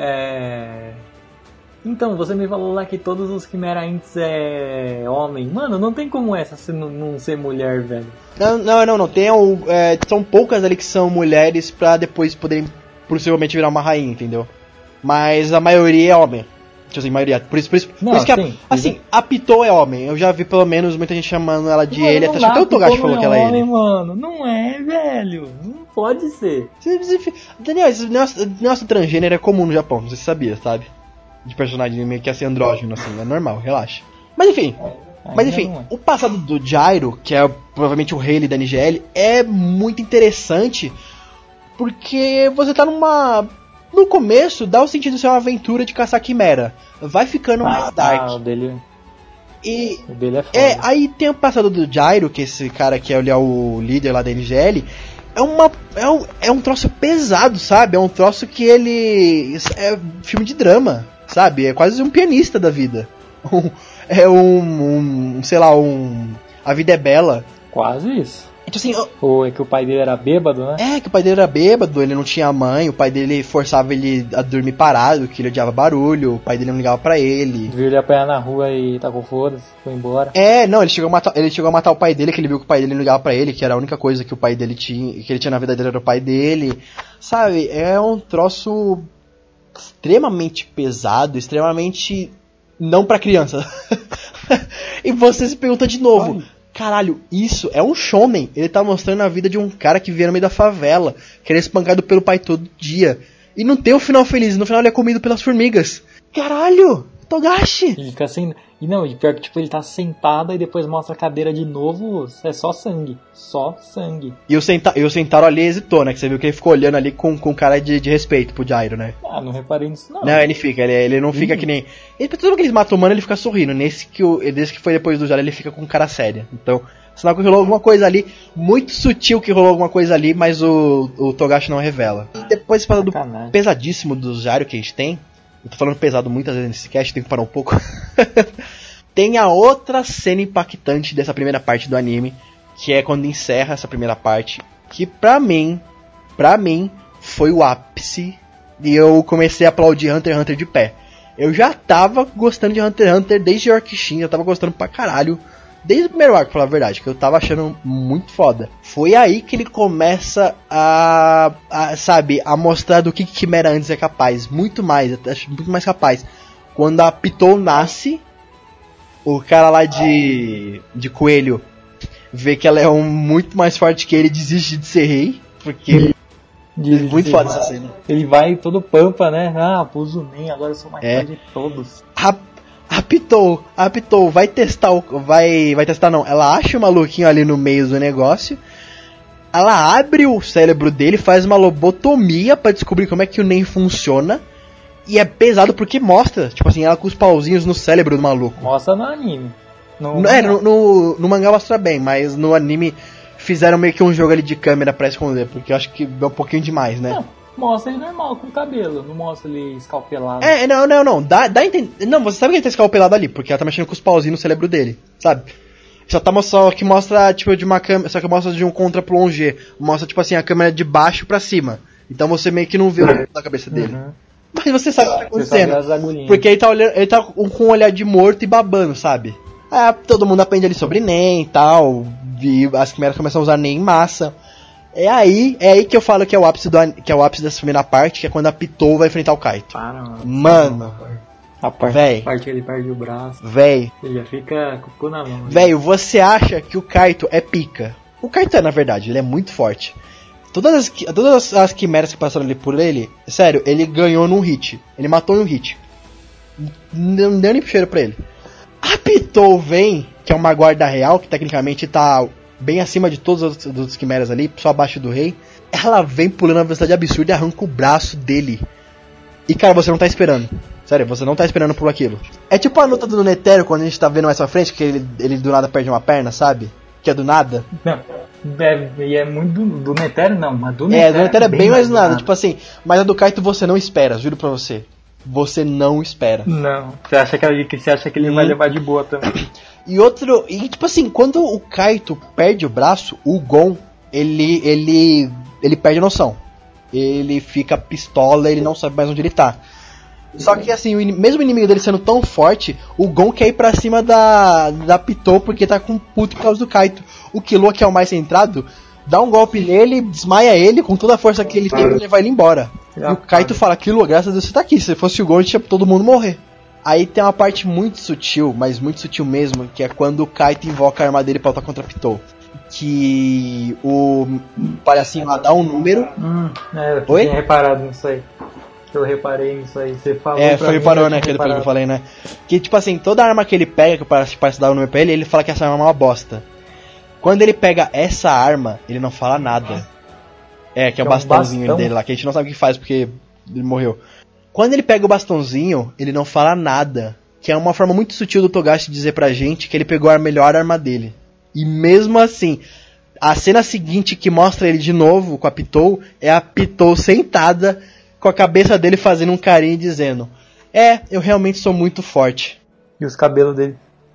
É... Então, você me falou lá que todos os Chimera Ints é homem. Mano, não tem como essa se não, não ser mulher, velho. Não, não, não. não. Tem, um, é, são poucas ali que são mulheres pra depois poderem possivelmente virar uma rainha, entendeu? Mas a maioria é homem. Tipo assim, maioria. Por isso, por isso, Não, por isso que, a, sim, assim, sim. a Pitou é homem. Eu já vi pelo menos muita gente chamando ela de Mano, ele. não Até, dá, até o Togashi Piccolo falou que ela é homem, ele. mano. Não é, velho. Não pode ser. Daniel, esse negócio, negócio transgênero é comum no Japão, não sei se você sabia, sabe? De personagem meio que assim, andrógeno, assim, é normal, relaxa. Mas enfim, mas Ainda enfim, não é. o passado do Gyro, que é provavelmente o rei ali da N G L, é muito interessante, porque você tá numa... No começo, dá o sentido de ser uma aventura de caçar quimera. Vai ficando mais Ah, dark. o dele, E o dele é foda. é, aí tem o passado do Gyro, que esse cara que é, ele é o líder lá da N G L. É, uma, é, um, é um troço pesado, sabe? É um troço que ele... É filme de drama, sabe? É quase um pianista da vida. Um- é um, um... Sei lá, um... A Vida é Bela. Quase isso. Então, assim, eu- Ou é que o pai dele era bêbado, né? é que o pai dele era bêbado, ele não tinha mãe, o pai dele forçava ele a dormir parado, que ele odiava barulho, o pai dele não ligava pra ele. Viu ele apanhar na rua e tacou foda-se, foi embora. É, não, ele chegou, a matar, ele chegou a matar o pai dele, que ele viu que o pai dele não ligava pra ele, que era a única coisa que o pai dele tinha, que ele tinha na vida dele era o pai dele. Sabe, é um troço extremamente pesado, extremamente não pra criança. E você se pergunta de novo, caralho, isso é um shonen. Ele tá mostrando a vida de um cara que vive no meio da favela, que ele é espancado pelo pai todo dia. E não tem um final feliz, no final ele é comido pelas formigas. Caralho, Togashi! Ele fica assim. E não, e pior que tipo, ele tá sentado e depois mostra a cadeira de novo, é só sangue. Só sangue. E o, Senta, e o Sentaro ali hesitou, né? Que você viu que ele ficou olhando ali com, com cara de, de respeito pro Jairo, né? Ah, não reparei nisso não. Não, ele fica, ele, ele não fica que nem... Ele, todo mundo que eles matam o mano, ele fica sorrindo. Nesse que, o, desse que foi depois do Jairo, ele fica com cara séria. Então, sinal que rolou alguma coisa ali, muito sutil que rolou alguma coisa ali, mas o, o Togashi não revela. E depois, falando do Sacanagem. pesadíssimo do Jairo que a gente tem, eu tô falando pesado muitas vezes nesse cast, tem que parar um pouco. Tem a outra cena impactante dessa primeira parte do anime, que é quando encerra essa primeira parte, que pra mim, pra mim, foi o ápice, e eu comecei a aplaudir Hunter x Hunter de pé. Eu já tava gostando de Hunter x Hunter desde Yorkshin, eu tava gostando pra caralho, desde o primeiro arco, pra falar a verdade, que eu tava achando muito foda. Foi aí que ele começa a, a sabe, a mostrar do que Quimera antes é capaz, muito mais, acho muito mais capaz. Quando a Pitou nasce, o cara lá de, de coelho vê que ela é um muito mais forte que ele e desiste de ser rei, porque De- é muito de- foda essa cena. Ele vai todo pampa, né? Ah, pus o nem, agora eu sou mais É. forte de todos. A, a Pitou, a Pitou vai testar o, vai, vai testar não, ela acha o maluquinho ali no meio do negócio, ela abre o cérebro dele, faz uma lobotomia pra descobrir como é que o Nen funciona, e é pesado porque mostra, tipo assim, ela com os pauzinhos no cérebro do maluco. Mostra no anime. No, No, é, no, no, no mangá mostra bem, mas no anime fizeram meio que um jogo ali de câmera pra esconder, porque eu acho que é um pouquinho demais, né? Não, mostra ele normal, com cabelo. Não mostra ele escalpelado. É, não, não, não, dá, dá a entender. Não, você sabe que ele tá escalpelado ali, porque ela tá mexendo com os pauzinhos no cérebro dele, sabe? Só tá mostrando que mostra, tipo, de uma câmera, só que mostra de um contra plongé, mostra, tipo assim, a câmera de baixo pra cima. Então você meio que não vê o dentro da cabeça dele. Uhum. Mas você sabe o que tá Você sabe acontecendo. as agulhinhas. Porque ele tá olhando, ele tá com um olhar de morto e babando, sabe? Ah, todo mundo aprende ali sobre Nen e tal, e as quimeras começam a usar Nen em massa. É aí, é aí que eu falo que é o ápice do, an- que é o ápice dessa primeira parte, que é quando a Pitou vai enfrentar o Kaito. Para, mano. Mano, A parte, Véi. a parte que ele perde o braço. véi, Ele já fica com o cu na mão. né? velho, você acha que o Kaito é pica? O Kaito é, na verdade, ele é muito forte. Todas as, qui- todas as quimeras que passaram ali por ele, sério, ele ganhou num hit. Ele matou em um hit. Não não deu nem cheiro pra ele. A Pitou vem, que é uma guarda real, que tecnicamente tá bem acima de todos os dos quimeras ali, só abaixo do rei. Ela vem pulando a velocidade absurda e arranca o braço dele. E cara, você não tá esperando. Sério, você não tá esperando por aquilo. É tipo a luta do Netero, quando a gente tá vendo mais pra frente, que ele, ele do nada perde uma perna, sabe? Que é do nada. Não, é, e é muito do, do Netero, não, mas do É, Netero do Netero é bem mais do nada. nada. Tipo assim, mas a do Kaito você não espera, juro pra você. Você não espera. Não, você acha que, ele- que você acha que ele vai Hum. levar de boa também. E outro, e tipo assim, quando o Kaito perde o braço, o Gon, ele ele ele perde a noção. Ele fica pistola, ele não sabe mais onde ele tá. Só que assim, o in- mesmo o inimigo dele sendo tão forte, o Gon quer ir pra cima da da Pitou porque tá com puto por causa do Kaito. O Killua, que é o mais centrado, dá um golpe nele, desmaia ele com toda a força que ele tem pra levar ele embora. E o Kaito fala, Killua, graças a Deus você tá aqui, se fosse o Gon, tinha todo mundo morrer. Aí tem uma parte muito sutil, mas muito sutil mesmo, que é quando o Kaito invoca a arma dele pra lutar contra a Pitou. Que o palhacinho lá dá um número. Hum, é, eu Oi? tinha reparado nisso aí. Eu reparei nisso aí. Você falou É, pra foi mim, parou, eu né? tinha Que depois que eu reparado. falei, né? Que tipo assim, toda arma que ele pega, que parece, parece dar o número pra ele, ele fala que essa arma é uma bosta. Quando ele pega essa arma, ele não fala nada. É, que é o Que é um bastãozinho bastão? dele lá, que a gente não sabe o que faz porque ele morreu. Quando ele pega o bastãozinho, ele não fala nada. Que é uma forma muito sutil do Togashi dizer pra gente que ele pegou a melhor arma dele. E mesmo assim, a cena seguinte que mostra ele de novo com a Pitou é a Pitou sentada com a cabeça dele fazendo um carinho e dizendo: é, eu realmente sou muito forte. E os cabelos dele.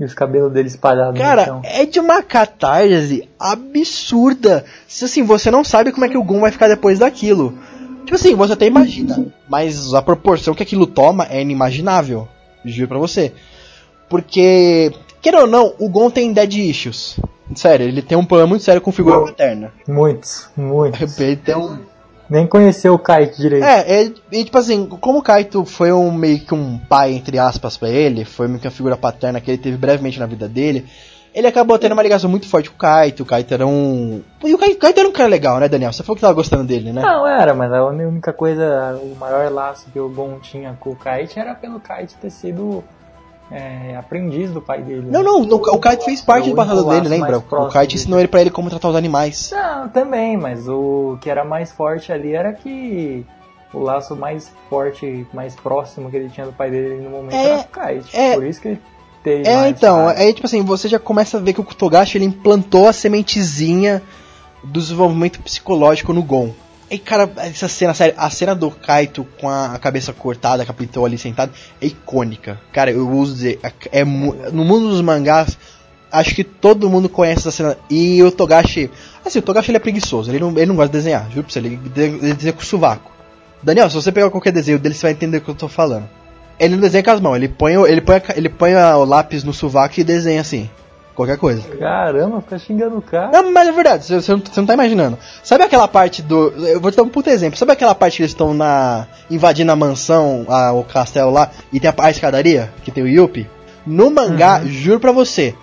E os cabelos dele espalhados Cara, no chão. é de uma catarse absurda. Se assim, você não sabe como é que o Gon vai ficar depois daquilo. Tipo assim, você até imagina, mas a proporção que aquilo toma é inimaginável. Juro pra você. Porque, queira ou não, o Gon tem dead issues. Sério, ele tem um problema muito sério com figura paterna. Muitos, muitos. Ele tem um... Nem conheceu o Kaito direito. É, é, e tipo assim, como o Kaito foi um, meio que um pai, entre aspas, pra ele, foi meio que uma figura paterna que ele teve brevemente na vida dele, ele acabou tendo uma ligação muito forte com o Kaito. O Kaito era um... E o Kaito, o Kaito era um cara legal, né, Daniel? Você falou que tava gostando dele, né? Não, era, mas a única coisa, o maior laço que o Gon tinha com o Kaito era pelo Kaito ter sido é, aprendiz do pai dele. Não, né? não, não, o Kaito fez parte do passado dele, lembra? O Kaito dele. ensinou ele pra ele como tratar os animais. Não, também, mas o que era mais forte ali era que o laço mais forte, mais próximo que ele tinha do pai dele no momento É, era o Kaito. é, Por isso que ele teve É, mais então, fase. aí tipo assim, você já começa a ver que o Togashi ele implantou a sementezinha do desenvolvimento psicológico no Gon. E cara, essa cena, sério, a cena do Kaito com a cabeça cortada, Capitão ali sentado, é icônica. Cara, eu uso dizer, é, no mundo dos mangás, acho que todo mundo conhece essa cena. E o Togashi, assim, o Togashi ele é preguiçoso, ele não, ele não gosta de desenhar, juro pra você, ele, ele desenha com o sovaco. Daniel, se você pegar qualquer desenho dele, você vai entender o que eu tô falando. Ele não desenha com as mãos, ele põe, ele põe, ele põe o lápis no sovaco e desenha assim. Qualquer coisa. Caramba, fica xingando o cara. Não, mas é verdade, você, você, não, você não tá imaginando. Sabe aquela parte do... Eu vou te dar um puto exemplo. Sabe aquela parte que eles estão na... invadindo a mansão, a, o castelo lá, e tem a, a escadaria, que tem o Yuppie? No mangá, uhum. Juro pra você,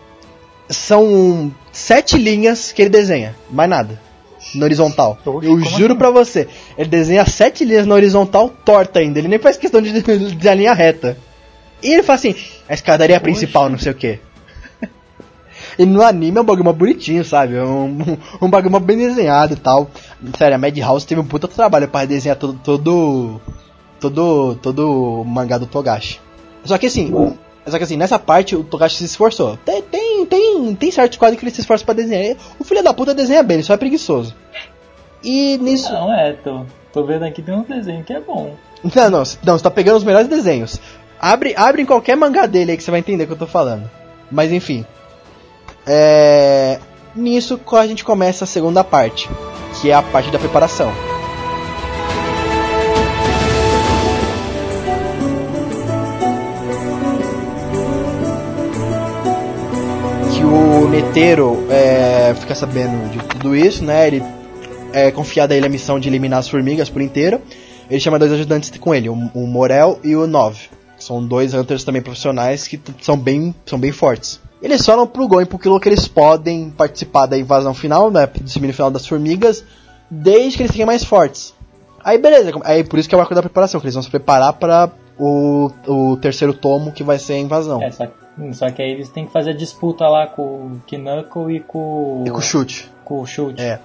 são sete linhas que ele desenha, mais nada. Na horizontal. Oxe, eu juro assim? Pra você, ele desenha sete linhas na horizontal torta ainda. Ele nem faz questão de desenhar a linha reta. E ele fala assim, a escadaria Oxe. Principal, não sei o que. E no anime é um bagulho mais bonitinho, sabe? É um, um, um bagulho mais bem desenhado e tal. Sério, a Madhouse teve um puta trabalho pra desenhar todo todo todo todo o mangá do Togashi. Só que assim, só que assim, nessa parte o Togashi se esforçou. Tem tem tem, tem certos quadros que ele se esforça pra desenhar. O filho da puta desenha bem, ele só é preguiçoso. E nisso... Não, é, tô, tô vendo aqui tem um desenho que é bom. Não, não, não, você tá pegando os melhores desenhos. Abre, abre em qualquer mangá dele aí que você vai entender o que eu tô falando. Mas enfim. É... Nisso a gente começa a segunda parte, que é a parte da preparação. Que o Netero é, fica sabendo de tudo isso, né? Ele é confiado a ele a missão de eliminar as formigas por inteiro. Ele chama dois ajudantes com ele, o Morel e o Nove. São dois hunters também profissionais que são bem, são bem fortes. Eles falam pro Gon e pro Killua que eles podem participar da invasão final, né, do domínio final das formigas, desde que eles fiquem mais fortes. Aí beleza, aí por isso que é o arco da preparação, que eles vão se preparar para o, o terceiro tomo, que vai ser a invasão. É, só, só que aí eles têm que fazer a disputa lá com o Kinako e com... E com o Chute. Com o Chute. É.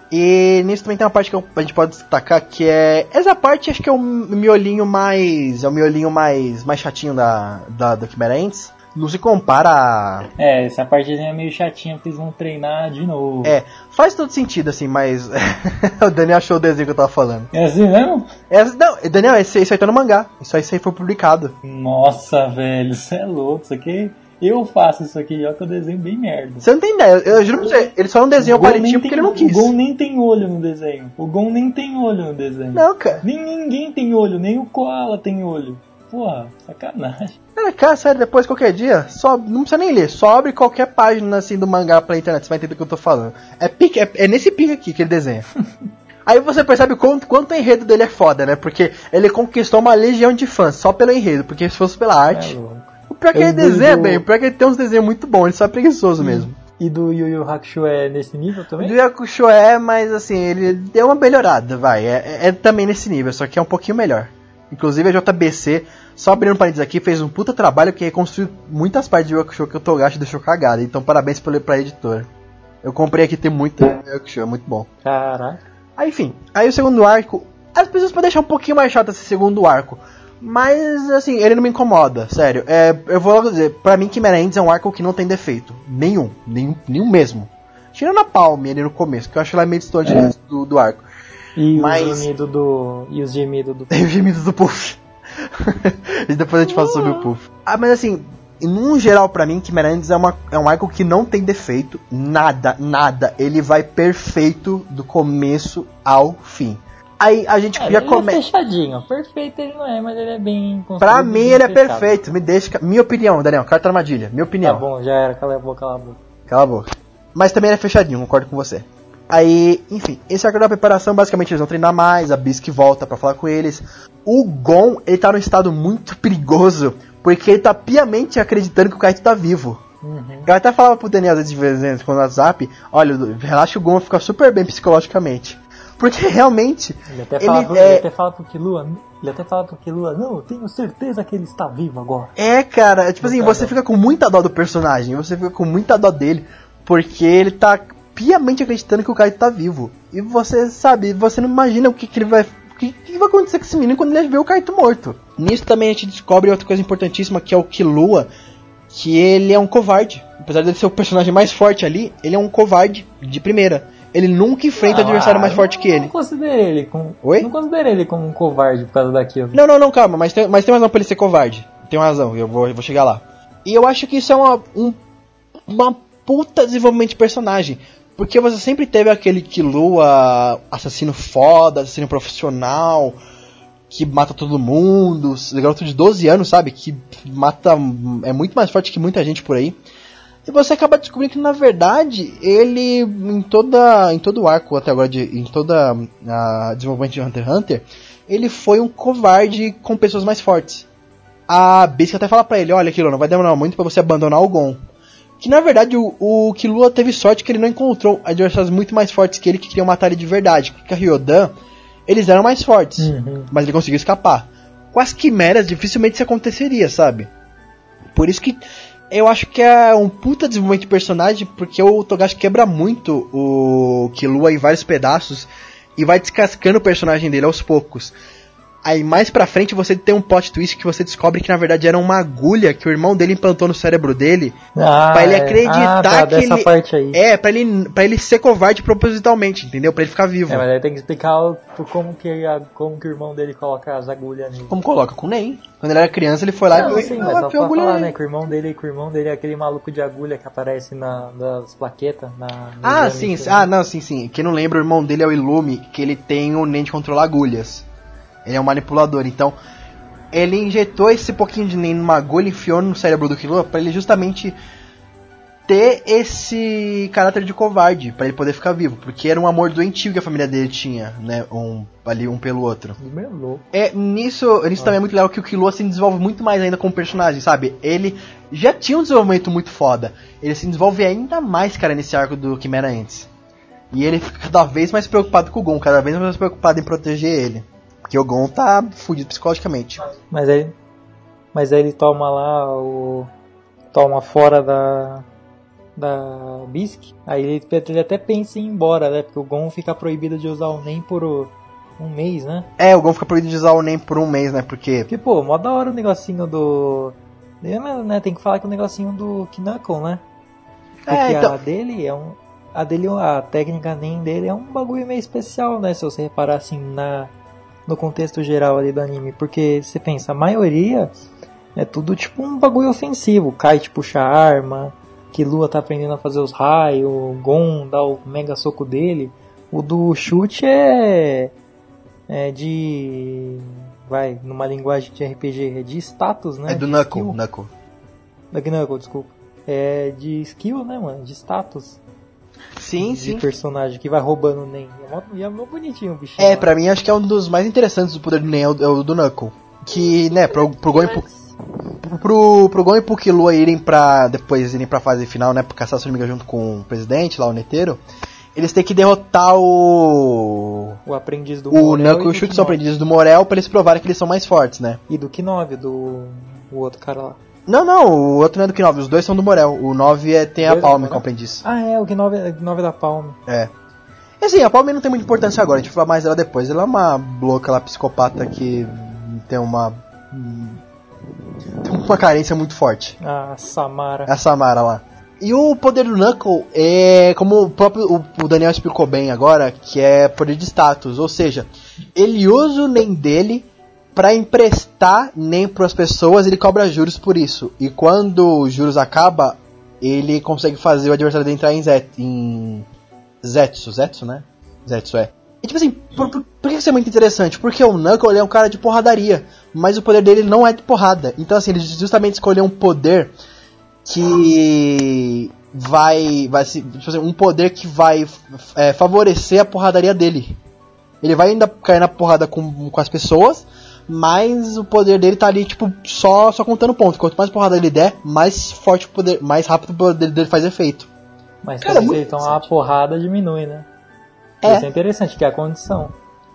E nisso também tem uma parte que a gente pode destacar, que é... Essa parte acho que é o miolinho mais... É o miolinho mais, mais chatinho da, da, do Chimera Ants. Não se compara a... É, essa partezinha é meio chatinha, porque eles vão treinar de novo. É, faz todo sentido, assim, mas... o Daniel achou o desenho que eu tava falando. É assim mesmo? É, não, Daniel, isso aí tá no mangá. Isso aí, isso aí foi publicado. Nossa, velho, isso é louco. Isso aqui... Eu faço isso aqui, ó, que eu desenho bem merda. Você não tem ideia, eu, eu juro pra você, ele só não desenhou palitinho porque ele não quis. O Gon nem tem olho no desenho. O Gon nem tem olho no desenho. Não, cara. Nem, ninguém tem olho, nem o Koala tem olho. Porra, sacanagem. Cara, cara, sério, depois qualquer dia, só, não precisa nem ler, só abre qualquer página assim do mangá pela internet, você vai entender o que eu tô falando. É, pique, é, é nesse pique aqui que ele desenha. Aí você percebe quanto, quanto o enredo dele é foda, né? Porque ele conquistou uma legião de fãs só pelo enredo, porque se fosse pela arte... É, o pior que ele desenha do... bem, o pior que ele tem uns desenhos muito bons, ele só é preguiçoso hum. mesmo. E do Yu Yu Hakusho é nesse nível também? Do Yu Yu Hakusho é, mas assim, ele deu uma melhorada, vai, é, é, é também nesse nível, só que é um pouquinho melhor. Inclusive a J B C, só abrindo parênteses aqui, fez um puta trabalho que reconstruiu muitas partes de Yu Yu Hakusho que o Togashi deixou cagada, então parabéns pra, pra editora. Eu comprei aqui, tem muito Yu Yu Hakusho, é muito bom. Caraca. Aí enfim, aí o segundo arco, as pessoas podem deixar um pouquinho mais chato esse segundo arco, mas assim, ele não me incomoda, sério. É, eu vou logo dizer, pra mim Chimera Ants é um arco que não tem defeito, nenhum, nenhum, nenhum mesmo. Tirando a Palme ali no começo, que eu acho ela meio distante é. do, do arco. E mas... os gemidos do. E os gemidos do Puff. E os gemidos do Puff. E depois a gente fala sobre o Puff. Ah, mas assim, E num geral, pra mim, Chimera Ants é, uma, é um arco que não tem defeito. Nada, nada. Ele vai perfeito do começo ao fim. Aí a gente é, já ele começa. É fechadinho. Perfeito ele não é, mas ele é bem construído. Pra mim bem ele é fechado. perfeito. Me deixa. Minha opinião, Daniel. Carta armadilha. Minha opinião. Tá bom, já era. Cala a boca, cala a boca. Cala a boca. Mas também ele é fechadinho, concordo com você. Aí, enfim, esse arco da preparação, basicamente eles vão treinar mais, a Bisque volta pra falar com eles. O Gon, ele tá num estado muito perigoso, porque ele tá piamente acreditando que o Kaito tá vivo. Uhum. Eu até falava pro Daniel, às vezes, de vez em quando no WhatsApp, olha, relaxa que o Gon vai ficar super bem psicologicamente. Porque realmente, Ele até ele, fala, pro, é... ele até fala pro Killua, ele até fala pro Killua, não, eu tenho certeza que ele está vivo agora. É, cara, tipo assim, Não, você não. fica com muita dó do personagem, você fica com muita dó dele, porque ele tá piamente acreditando que o Kaito tá vivo. E você sabe, você não imagina o que, que ele vai... O que, que vai acontecer com esse menino quando ele vê o Kaito morto. Nisso também a gente descobre outra coisa importantíssima, que é o Killua, que ele é um covarde. Apesar de ele ser o personagem mais forte ali, ele é um covarde de primeira. Ele nunca enfrenta Não, adversário ah, mais forte não, que ele. Não considerei ele como... Oi? Não considerei ele como um covarde por causa daquilo. Não, não, não, calma, mas tem, mas tem razão pra ele ser covarde. Tem uma razão, eu vou, eu vou chegar lá. E eu acho que isso é uma, um, uma puta desenvolvimento de personagem. Porque você sempre teve aquele Killua assassino foda, assassino profissional, que mata todo mundo, garoto de doze anos, sabe? Que mata, é muito mais forte que muita gente por aí. E você acaba descobrindo que, na verdade, ele, em, toda, em todo o arco até agora, de, em toda a desenvolvimento de Hunter x Hunter, ele foi um covarde com pessoas mais fortes. A Bisque até fala pra ele, olha, Killua, não vai demorar muito pra você abandonar o Gon. Que, na verdade, o, o Killua teve sorte que ele não encontrou adversários muito mais fortes que ele, que queriam matar ele de verdade. Porque a Ryodan, eles eram mais fortes, Uhum. mas ele conseguiu escapar. Com as quimeras, dificilmente isso aconteceria, sabe? Por isso que... eu acho que é um puta desenvolvimento de personagem, porque o Togashi quebra muito o Killua em vários pedaços e vai descascando o personagem dele aos poucos. Aí mais pra frente você tem um plot twist que você descobre que na verdade era uma agulha que o irmão dele implantou no cérebro dele, Ah, pra ele é. acreditar ah, tá, que dessa ele... parte aí. É, pra ele, pra ele ser covarde propositalmente, entendeu? Pra ele ficar vivo. É, mas aí tem que explicar o, como, que a, como que o irmão dele coloca as agulhas nele. Como coloca? Com o Nen. Quando ele era criança ele foi lá Não, e... sim, Ah, mas só tem pra agulha falar, aí. né, que o irmão dele, que o irmão dele é aquele maluco de agulha que aparece na, das plaquetas. Na, no Ah, exame, sim, que- ah, não, sim, sim. Quem não lembra, o irmão dele é o Illumi, que ele tem o Nen de controlar agulhas. Ele é um manipulador, então ele injetou esse pouquinho de Nen numa agulha e enfiou no cérebro do Killua pra ele justamente ter esse caráter de covarde, pra ele poder ficar vivo, porque era um amor doentio que a família dele tinha, né, um, ali um pelo outro. Meio louco. É, nisso, nisso Ah. também é muito legal que o Killua se desenvolve muito mais ainda como personagem, sabe? Ele já tinha um desenvolvimento muito foda. Ele se desenvolve ainda mais, cara, nesse arco do Chimera Ants. E ele fica cada vez mais preocupado com o Gon, cada vez mais preocupado em proteger ele. Porque o Gon tá fudido psicologicamente. Mas aí, mas aí ele toma lá o... toma fora da... da Bisque. Aí ele, ele até pensa em ir embora, né? Porque o Gon fica proibido de usar o Nen por o- um mês, né? É, o Gon fica proibido de usar o Nen por um mês, né? Porque... Porque, pô, mó da hora o negocinho do... Né, tem que falar que o negocinho do Knuckle, né? Porque É, então... a dele é um... A dele, a técnica Nen dele é um bagulho meio especial, né? Se você reparar assim na... no contexto geral ali do anime. Porque você pensa, a maioria é tudo tipo um bagulho ofensivo. Kite puxa a arma, Killua tá aprendendo a fazer os raios, o Gon dá o mega soco dele. O do chute é... é de... vai, numa linguagem de R P G, é de status, né? É do De Knuckle, skill. Knuckle. Da Knuckle, desculpa. É de skill, né, mano? De status. Sim, de sim. personagem que vai roubando o Nen. É mó, e é mó bonitinho o bichinho. É, lá. pra mim acho que é um dos mais interessantes do poder do Nen, é o, é o do Knuckle. Que, né, pro, pro Gon e pro, pro, pro Gon e pro Killua irem pra, depois irem pra fase final, né, pra caçar sua inimiga junto com o presidente lá, o Neteiro, eles têm que derrotar o... O aprendiz do o Morel Knuckle e o do Chute são Kinobi. aprendizes do Morel pra eles provarem que eles são mais fortes, né. E do Kinobi, do o outro cara lá. Não, não, o outro não é do Kinobi, os dois são do Morel. O nove é, tem a Dois do Palme Morel? como aprendiz. Ah, é, o Kinobi, o Kinobi da Palme. É. E assim, a Palme não tem muita importância agora, a gente vai falar mais dela depois. Ela é uma louca, ela é psicopata que tem uma... tem uma carência muito forte. A Samara. A Samara lá. E o poder do Knuckle é, como o próprio o, o Daniel explicou bem agora, que é poder de status. Ou seja, ele usa o Nen dele pra emprestar nem pras pessoas, ele cobra juros por isso. E quando os juros acaba, ele consegue fazer o adversário dele entrar em, Zet, em Zetsu, Zetsu, né? Zetsu, é. E tipo assim, por, por, por que isso é muito interessante? Porque o Knuckle ele é um cara de porradaria, mas o poder dele não é de porrada. Então assim, ele justamente escolheu um poder que vai, vai tipo assim, um poder que vai é, favorecer a porradaria dele. Ele vai ainda cair na porrada com, com as pessoas, mas o poder dele tá ali, tipo, só, só contando pontos. Quanto mais porrada ele der, mais forte o poder, mais rápido o poder dele faz efeito. Mas Cara, se você tomar uma porrada, diminui, né? É. Isso é interessante, que é a condição.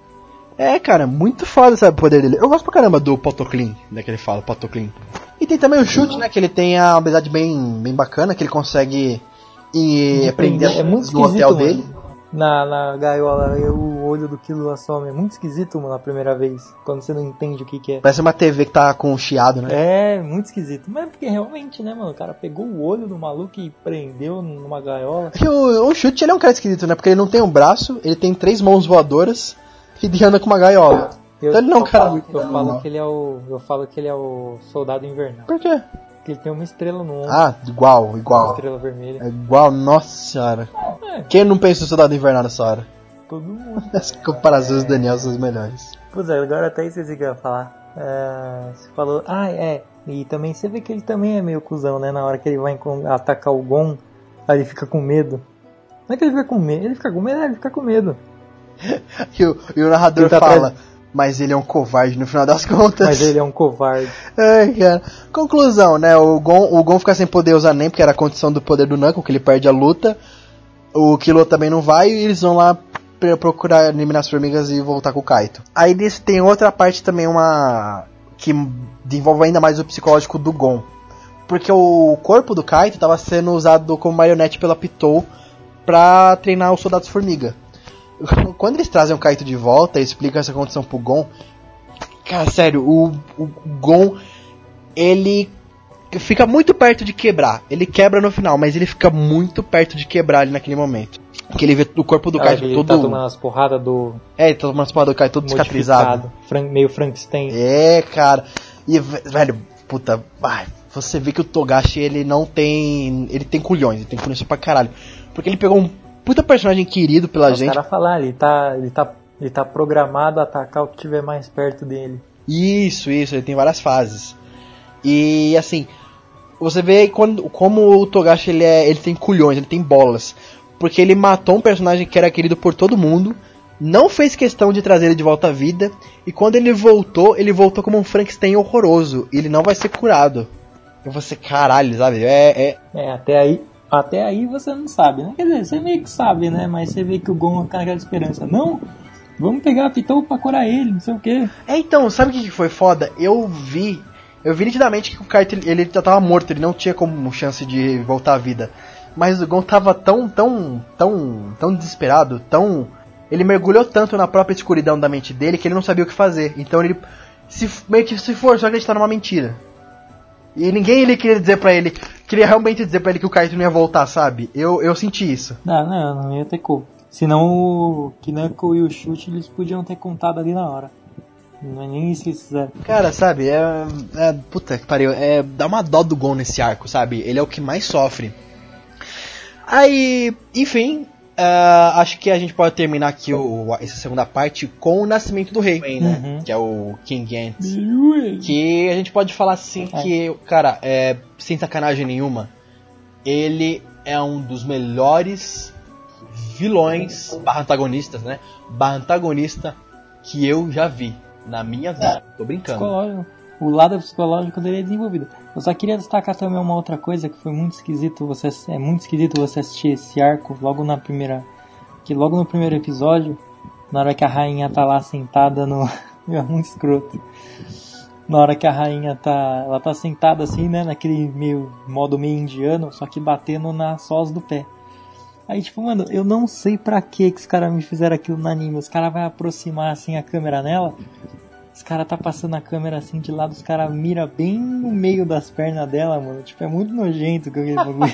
É, cara, muito foda, sabe, o poder dele. Eu gosto pra caramba do Potoclean, né, que ele fala, Potoclean. E tem também o chute, né, que ele tem a habilidade bem, bem bacana, que ele consegue ir prender é muito no hotel mano. dele. Na, na gaiola, o olho do Killua some. É muito esquisito, mano, a primeira vez. Quando você não entende o que que é. Parece uma T V que tá com um chiado, né? É, muito esquisito. Mas é porque realmente, né, mano, o cara pegou o olho do maluco e prendeu numa gaiola. E o, o chute, ele é um cara esquisito, né, porque ele não tem um braço, ele tem três mãos voadoras e anda com uma gaiola. Eu, então ele não é um cara muito eu falo que ele é o Eu falo que ele é o soldado invernal. Por quê? Porque ele tem uma estrela no ombro. Ah, igual, Uma igual. estrela vermelha. É igual, nossa senhora. É, Quem não pensa no Soldado Invernal nessa hora? todo mundo. As comparações do Daniel são as melhores. Pois é, agora até esqueci o que eu ia falar. É, você falou. Ah, é. E também você vê que ele também é meio cuzão, né? Na hora que ele vai atacar o Gon, aí ele fica com medo. Não é que ele fica com medo, ele fica com medo, ele fica com medo. E o, e o narrador Ele tá fala, atrás... mas ele é um covarde no final das contas. Mas ele é um covarde. Ai, cara. Conclusão, né? O Gon, o Gon fica sem poder usar nem, porque era a condição do poder do Knuckle, que ele perde a luta. O Killua também não vai, e eles vão lá pra procurar eliminar as formigas e voltar com o Kaito. Aí nisso tem outra parte também, uma que desenvolve ainda mais o psicológico do Gon. Porque o corpo do Kaito estava sendo usado como marionete pela Pitou pra treinar os soldados formiga. Quando eles trazem o Kaito de volta e explicam essa condição pro Gon, cara, sério, o, o Gon, ele fica muito perto de quebrar. Ele quebra no final, mas ele fica muito perto de quebrar ali naquele momento. Que ele vê o corpo do Ah, Kaito ele todo... tá tomando as porradas do... É, ele tá tomando as porradas do Kaito todo cicatrizado. Fran... Meio Frankenstein. É, cara. E, velho, puta... Ai, você vê que o Togashi, ele não tem... Ele tem culhões, ele tem culhões pra caralho. Porque ele pegou um puta personagem querido pela Os gente. Os caras falar, ele tá, ele, tá, ele tá programado a atacar o que tiver mais perto dele. Isso, isso, ele tem várias fases. E, assim... Você vê quando, como o Togashi, ele, é, ele tem culhões, ele tem bolas. Porque ele matou um personagem que era querido por todo mundo, não fez questão de trazer ele de volta à vida, e quando ele voltou, ele voltou como um Frankenstein horroroso, e ele não vai ser curado. E você, caralho, sabe? É, é... é até aí, até aí você não sabe, né? Quer dizer, você meio que sabe, né? Mas você vê que o Gon fica naquela esperança. Não, vamos pegar a Pitou pra curar ele, não sei o quê. É, então, sabe o que foi foda? Eu vi, eu vi nitidamente que o Kaito, ele já tava morto, ele não tinha como chance de voltar à vida. Mas o Gon tava tão, tão, tão, tão desesperado, tão... Ele mergulhou tanto na própria escuridão da mente dele que ele não sabia o que fazer. Então ele se, meio que se forçou a acreditar numa mentira. E ninguém ele queria dizer pra ele... Queria realmente dizer pra ele que o Kaito não ia voltar, sabe? Eu, eu senti isso. Não, não, não ia ter como. Senão o Knuckle e o Chute eles podiam ter contado ali na hora. Não é nem isso que eles fizeram. Cara, sabe, é... é puta que pariu. É, dá uma dó do Gon nesse arco, sabe? Ele é o que mais sofre. Aí, enfim, uh, acho que a gente pode terminar aqui o, essa segunda parte com o nascimento do rei, né? Uhum. Que é o King Ents. Que a gente pode falar assim é. que, cara, é, sem sacanagem nenhuma, ele é um dos melhores vilões, barra antagonistas, né? Barra antagonista que eu já vi na minha vida. Tô brincando. Psicológico. O lado psicológico dele é desenvolvido. Eu só queria destacar também uma outra coisa que foi muito esquisito. Você, é muito esquisito você assistir esse arco logo na primeira... Que logo no primeiro episódio, na hora que a rainha tá lá sentada no... É muito escroto. Na hora que a rainha tá... Ela tá sentada assim, né? Naquele meio modo meio indiano, só que batendo nas solas do pé. Aí tipo, mano, eu não sei pra que que os caras me fizeram aquilo no anime. Os caras vão aproximar assim a câmera nela... Os caras tá passando a câmera assim de lado, os caras miram bem no meio das pernas dela, mano. Tipo, é muito nojento aquele bagulho.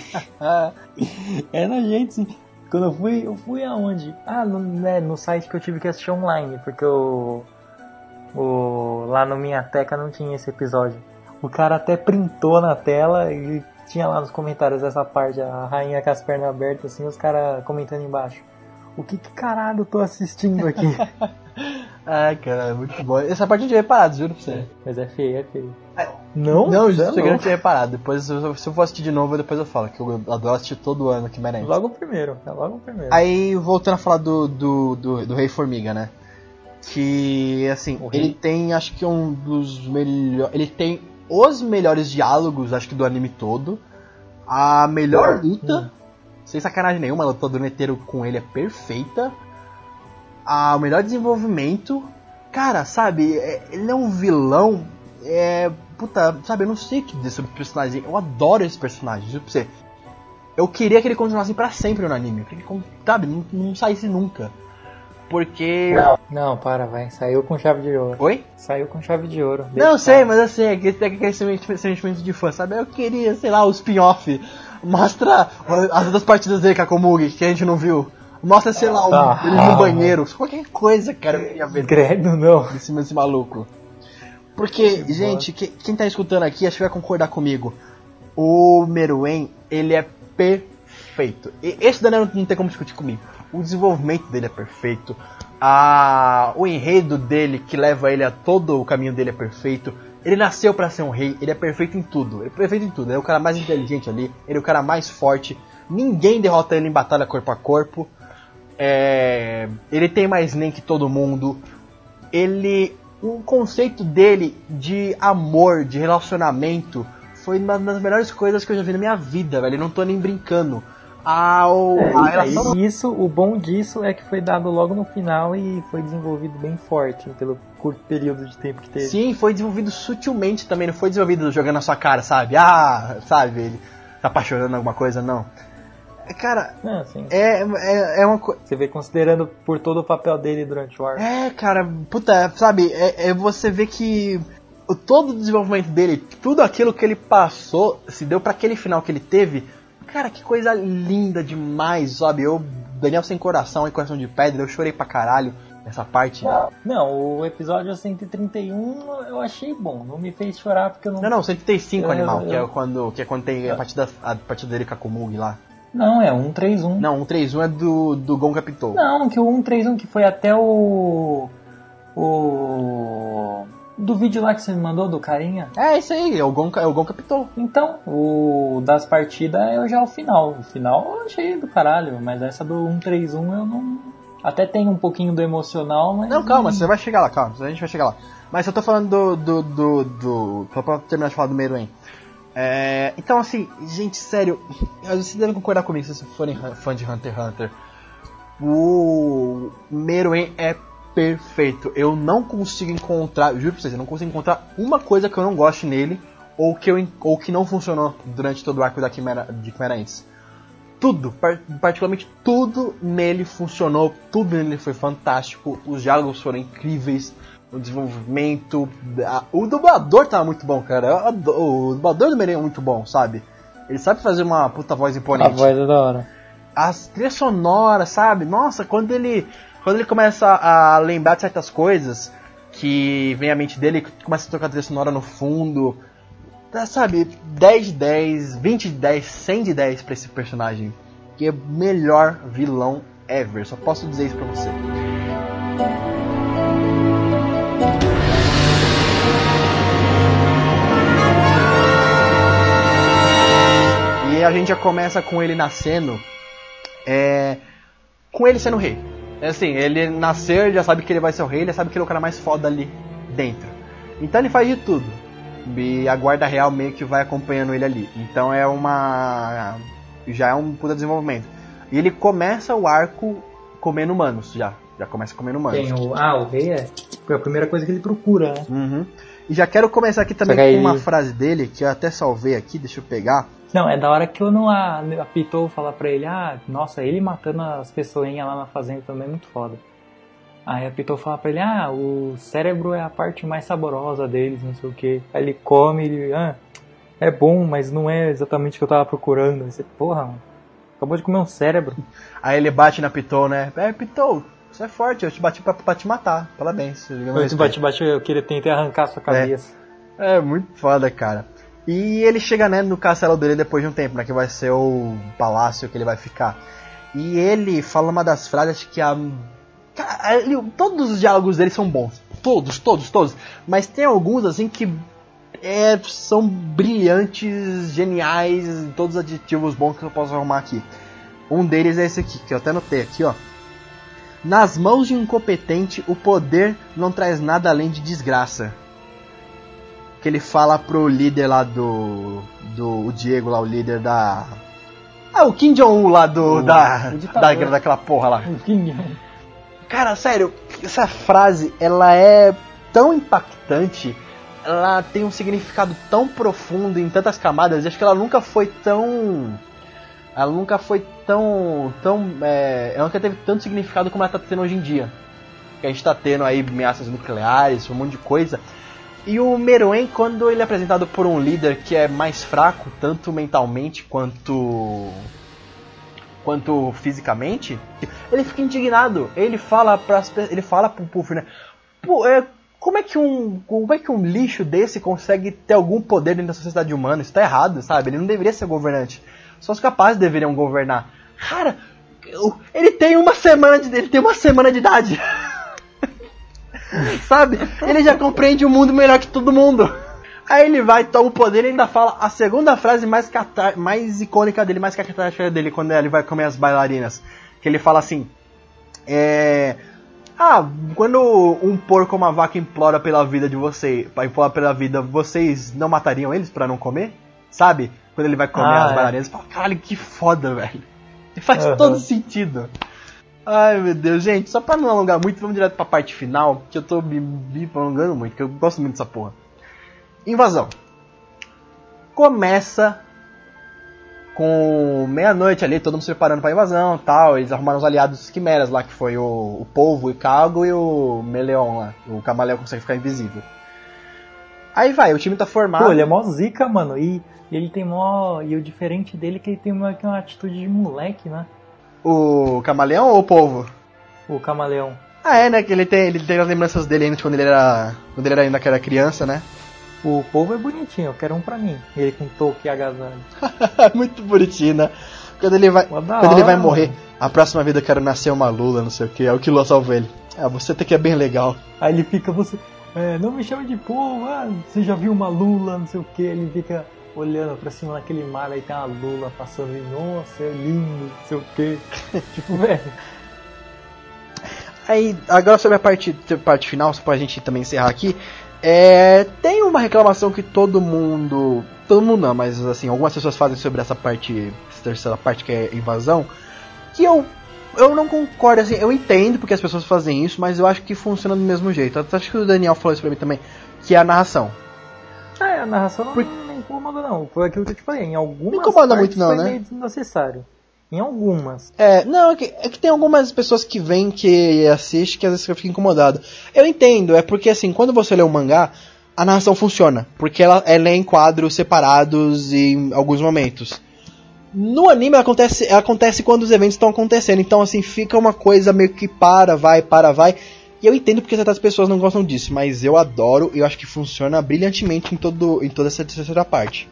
É nojento, sim. Quando eu fui, eu fui aonde? Ah, no, né, no site que eu tive que assistir online, porque eu... O, lá no Minhateca não tinha esse episódio. O cara até printou na tela e tinha lá nos comentários essa parte, a rainha com as pernas abertas, assim, os caras comentando embaixo. O que que caralho eu tô assistindo aqui? Ai, cara, é muito bom. Essa parte eu tinha reparado, juro pra você. É, mas é feio, é feio. É. Não? Não, já isso eu não tinha reparado. Depois, se eu se eu for assistir de novo, depois eu falo, que eu adoro assistir todo ano aqui merece. Logo o primeiro, é logo o primeiro. Aí, voltando a falar do, do, do, do Rei Formiga, né? Que, assim, O ele rei. tem, acho que um dos melhores... Ele tem os melhores diálogos, acho que do anime todo. A melhor luta, Hum. sem sacanagem nenhuma, a luta do Netero com ele é perfeita. A, o melhor desenvolvimento. Cara, sabe, é, ele é um vilão. É. Puta, sabe, eu não sei o que dizer sobre o personagem. Eu adoro esse personagem, juro pra você. Eu queria que ele continuasse pra sempre no anime. Eu queria que ele, sabe, não, não saísse nunca. Porque. Não, para, vai. Saiu com chave de ouro. Oi? Saiu com chave de ouro. Não, eu Deixa sei, pra- mas eu sei, é que tem aquele sentimento sentimento de fã, sabe? Eu queria, sei lá, o spin-off. Mostra as outras partidas dele com a Komugi, que a gente não viu. Mostra, sei lá, o- Ah. ele no banheiro. Qualquer coisa, cara, eu queria ver Credo, não. em cima desse maluco. Porque, Que gente, que- quem tá escutando aqui, acho que vai concordar comigo. O Meruem, ele é perfeito. E esse daí não, não tem como discutir comigo. O desenvolvimento dele é perfeito. A, o enredo dele, que leva ele a todo o caminho dele, é perfeito. Ele nasceu pra ser um rei, ele é perfeito em tudo. Ele é perfeito em tudo. Ele é o cara mais inteligente ali, ele é o cara mais forte. Ninguém derrota ele em batalha corpo a corpo. É, ele tem mais nem que todo mundo. Ele... O conceito dele de amor, de relacionamento, foi uma das melhores coisas que eu já vi na minha vida, velho. Eu não tô nem brincando. A, o- a relação... E isso, o bom disso é que foi dado logo no final e foi desenvolvido bem forte pelo curto período de tempo que teve. Sim, foi desenvolvido sutilmente também, não foi desenvolvido jogando na sua cara, sabe? Ah, sabe, ele tá apaixonando alguma coisa, não. É, cara, Não, assim, é, é, é uma coisa... você vê considerando por todo o papel dele durante o arco. É, cara, puta, sabe, é, é você vê que o, todo o desenvolvimento dele, tudo aquilo que ele passou, se deu pra aquele final que ele teve, cara, que coisa linda demais, sabe? Eu, Daniel Sem Coração e Coração de Pedra, eu chorei pra caralho nessa parte. Não, o episódio cento e trinta e um eu achei bom, não me fez chorar porque eu não... Não, não, cento e trinta e cinco Eu- animal, eu- que é quando, que é quando tem a partida, a partida dele com a Komugi lá. Não, é um três um. Não, cento e trinta e um é do, do Gon Capitol. Não, que o cento e trinta e um que foi até o... O... Do vídeo lá que você me mandou, do carinha. É, isso aí, é o Gon, é o Gon Capitol. Então, o das partidas é já o final. O final eu achei do caralho, mas essa do cento e trinta e um eu não... Até tem um pouquinho do emocional, mas... Não, calma, você vai chegar lá, calma, a gente vai chegar lá. Mas eu tô falando do... do, do, do só pra terminar de falar do Meruem. É, então, assim, gente, sério, vocês devem concordar comigo se vocês forem fã de Hunter x Hunter. O Meruem é perfeito. Eu não consigo encontrar, juro pra vocês, eu não consigo encontrar uma coisa que eu não goste nele ou que, eu, ou que não funcionou durante todo o arco da Quimera, de Quimera Ants. Tudo, par- particularmente tudo nele funcionou, tudo nele foi fantástico, os diálogos foram incríveis, o desenvolvimento, a- o dublador tava muito bom, cara. Eu ado- O dublador do Meruem é muito bom, sabe? Ele sabe fazer uma puta voz A imponente. voz é da hora. As trilhas sonoras, sabe? Nossa, quando ele quando ele começa a lembrar de certas coisas que vem à mente dele, começa a tocar trilha sonora no fundo, tá, sabe? dez de dez, vinte de dez, cem de dez pra esse personagem, que é o melhor vilão ever. Só posso dizer isso pra você. E a gente já começa com ele nascendo, é, com ele sendo rei. É assim, ele nascer, já sabe que ele vai ser o rei, ele sabe que ele é o cara mais foda ali dentro. Então ele faz de tudo. E a guarda real meio que vai acompanhando ele ali. Então é uma... já é um puta desenvolvimento. E ele começa o arco comendo humanos, já. Já começa comendo humanos. Tem o... Ah, o rei é... Foi a primeira coisa que ele procura, né? Uhum. E já quero começar aqui também Só que aí- com uma frase dele, que eu até salvei aqui, deixa eu pegar. Não, é da hora que eu não a, a Pitou falar pra ele, ah, nossa, ele matando as pessoinhas lá na fazenda também é muito foda. Aí a Pitou fala pra ele, ah, o cérebro é a parte mais saborosa deles, não sei o que. Aí ele come, ele, ah, é bom, mas não é exatamente o que eu tava procurando. Aí você, porra, mano, acabou de comer um cérebro. Aí ele bate na Pitou, né? É, Pitou, você é forte, eu te bati pra, pra te matar. Parabéns. Eu te bati, bati, eu queria tentar arrancar sua cabeça. É, é muito foda, cara. E ele chega, né, no castelo dele depois de um tempo, né, que vai ser o palácio que ele vai ficar. E ele fala uma das frases que a... Cara, ele, todos os diálogos dele são bons. Todos, todos, todos. Mas tem alguns, assim, que é, são brilhantes, geniais, todos os adjetivos bons que eu posso arrumar aqui. Um deles é esse aqui, que eu até anotei aqui, ó. Nas mãos de um incompetente, o poder não traz nada além de desgraça. Que ele fala pro líder lá do... do o Diego lá, o líder da... Ah, o Kim Jong-un lá do... O, da, da, daquela porra lá. O Kim Jong-un. Cara, sério, essa frase, ela é tão impactante, ela tem um significado tão profundo em tantas camadas, e acho que ela nunca foi tão... Ela nunca foi tão... tão é, ela nunca teve tanto significado como ela tá tendo hoje em dia. Que a gente tá tendo aí ameaças nucleares, um monte de coisa. E o Meruem, quando ele é apresentado por um líder que é mais fraco, tanto mentalmente quanto... quanto fisicamente, ele fica indignado. Ele fala para ele fala pro Puff, né? Pô, é, como é que um como é que um lixo desse consegue ter algum poder dentro da sociedade humana? Isso tá errado, sabe? Ele não deveria ser governante. Só os capazes deveriam governar. Cara, ele tem uma semana de ele tem uma semana de idade. Sabe? Ele já compreende o mundo melhor que todo mundo. Aí ele vai, toma o poder e ainda fala a segunda frase mais, catar- mais icônica dele, mais catástrofe dele, quando ele vai comer as bailarinas. Que ele fala assim, é... Ah, quando um porco ou uma vaca implora pela vida de vocês, pra implorar pela vida, vocês não matariam eles pra não comer? Sabe? Quando ele vai comer ah, as é. bailarinas, fala, caralho, que foda, velho. Faz uhum. todo sentido. Ai, meu Deus, gente, só pra não alongar muito, vamos direto pra parte final, que eu tô me, me prolongando muito, que eu gosto muito dessa porra. Invasão. Começa com meia-noite ali, todo mundo se preparando pra invasão e tal. Eles arrumaram os aliados quimeras lá, que foi o, o Polvo, o Cago e o Meleon lá. O Camaleão consegue ficar invisível. Aí vai, o time tá formado. Pô, ele é mó zica, mano. E, e ele tem mó... E o diferente dele é que ele tem uma, que é uma atitude de moleque, né? O Camaleão ou o Polvo? O Camaleão. Ah, é, né? Que ele tem, ele tem as lembranças dele ainda de quando ele era, quando ele era ainda era criança, né? O Polvo é bonitinho, eu quero um pra mim. Ele com toque e agasalho. Muito bonitinho, né? Quando ele vai, quando hora, ele vai morrer, mano. A próxima vida eu quero nascer uma Lula, não sei o que. É o que Lula salva ele. Ah, você até que é bem legal. Aí ele fica, você... É, não me chama de Polvo, ah, você já viu uma Lula, não sei o que. Ele fica olhando pra cima naquele mar, aí tem uma Lula passando e, nossa, é lindo, não sei o que. Tipo, velho... Aí, agora sobre a parte, parte final, só pra gente também encerrar aqui. É, tem uma reclamação que todo mundo... Todo mundo não, mas assim, algumas pessoas fazem sobre essa parte, essa terceira parte que é invasão, que eu, eu não concordo, assim, eu entendo porque as pessoas fazem isso, mas eu acho que funciona do mesmo jeito. Eu acho que o Daniel falou isso pra mim também, que é a narração. É, a narração não, Por... não incomoda não, foi aquilo que eu te falei, em algumas não incomoda partes muito não, foi né? meio desnecessário. Em algumas. É, não, é que, é que tem algumas pessoas que vêm, que assistem, que às vezes fica incomodado. Eu entendo, é porque assim, quando você lê um mangá, a narração funciona. Porque ela, ela é em quadros separados em alguns momentos. No anime ela acontece, ela acontece quando os eventos estão acontecendo. Então assim, fica uma coisa meio que para, vai, para, vai. E eu entendo porque certas pessoas não gostam disso. Mas eu adoro e eu acho que funciona brilhantemente em, todo, em toda essa terceira parte.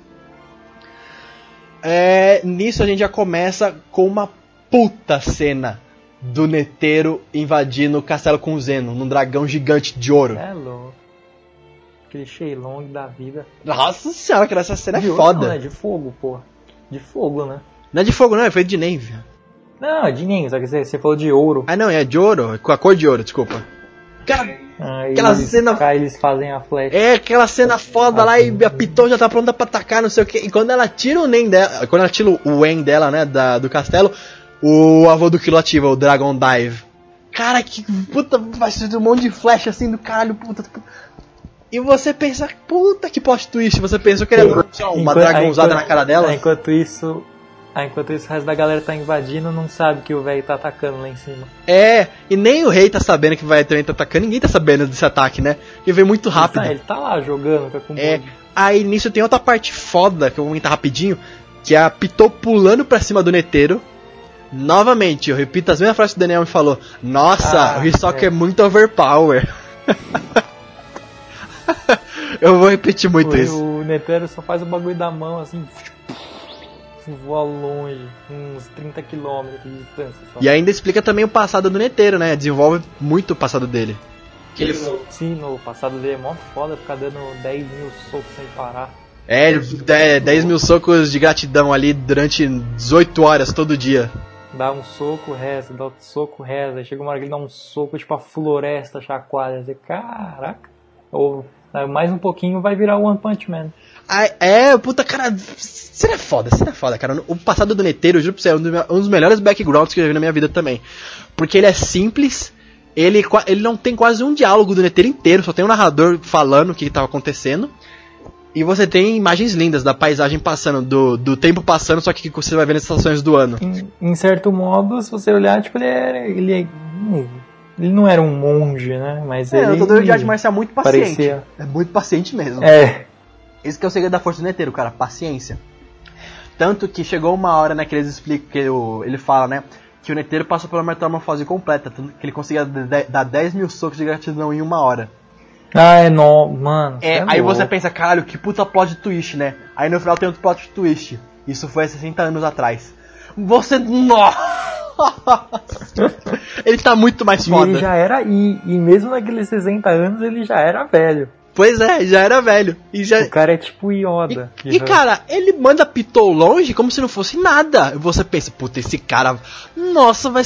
É, nisso a gente já começa com uma puta cena do Netero invadindo o castelo com o Zeno, num dragão gigante de ouro. É louco. Aquele Shenlong da vida. Nossa senhora, cara, essa cena de é ouro, foda. Não, é de fogo, porra. De fogo, né? Não é de fogo não, é feito de neve. Não, é de nem, só que você, você falou de ouro. Ah não, é de ouro, com a cor de ouro, desculpa. Cara, Aí aquela eles, cena... Aí eles fazem a flecha. É, aquela cena foda ah, lá e a Piton já tá pronta pra atacar, não sei o que. E quando ela tira o Nen dela, quando ela tira o Wen dela, né, da, do castelo, o avô do Kilo ativa, o Dragon Dive. Cara, que puta, vai ser um monte de flecha assim do caralho, puta. E você pensa, puta que plot twist, você pensa que ele ia dar uma dragãozada na cara dela. Enquanto isso... Ah, enquanto isso, o resto da galera tá invadindo, não sabe que o velho tá atacando lá em cima. É, e nem o rei tá sabendo que vai também tá atacando, ninguém tá sabendo desse ataque, né? Ele veio muito rápido. Ele tá, ele tá lá jogando com a combo. É, aí nisso tem outra parte foda, que eu vou comentar rapidinho, que é a Pitou pulando pra cima do Netero, Novamente, eu repito as mesmas frases que o Daniel me falou. Nossa, Ah, o Hisoka é. é. é muito overpower. Eu vou repetir muito o, isso. O Netero só faz o bagulho da mão assim, voa longe, uns trinta quilômetros de distância só. E ainda explica também o passado do Netero, né? Desenvolve muito o passado dele. Que ele... Sim, no passado dele é mó foda ficar dando dez mil socos sem parar. É, é, dez mil socos de gratidão ali durante dezoito horas todo dia. Dá um soco, reza, dá outro soco, reza. Aí chega uma hora que ele dá um soco, tipo a floresta chacoalha. Você, caraca. Ou mais um pouquinho vai virar o One Punch Man. Ah, é, puta, cara, você é foda, você é foda, cara. O passado do Netero, eu juro pra você, é um dos, um dos melhores backgrounds que eu já vi na minha vida também. Porque ele é simples, ele, ele não tem quase um diálogo do Netero inteiro, só tem um narrador falando o que estava acontecendo. E você tem imagens lindas da paisagem passando, do, do tempo passando, só que você vai ver nas estações do ano. Em, em certo modo, se você olhar, tipo, ele era. Ele, ele não era um monge, né? Mas é, ele. É, um lutador de arte marcial muito paciente. Parecia... É muito paciente mesmo. É. Esse que é o segredo da força do Netero, cara, paciência. Tanto que chegou uma hora, né, que eles explicam, que o, ele fala, né, que o Netero passou pela metamorfose completa, tanto que ele conseguia dar dez mil socos de gratidão em uma hora. Ah, é no... Mano. É, é aí louco. você pensa, caralho, que puta plot twist, né? Aí no final tem outro plot twist. Isso foi há sessenta anos atrás. Você... Nossa! Ele tá muito mais E foda. ele já era... E, e mesmo naqueles sessenta anos, ele já era velho. Pois é, já era velho. E, já... O cara é tipo Yoda. e, e cara, ele manda Pitou longe como se não fosse nada. E você pensa, puta, esse cara... Nossa, vai...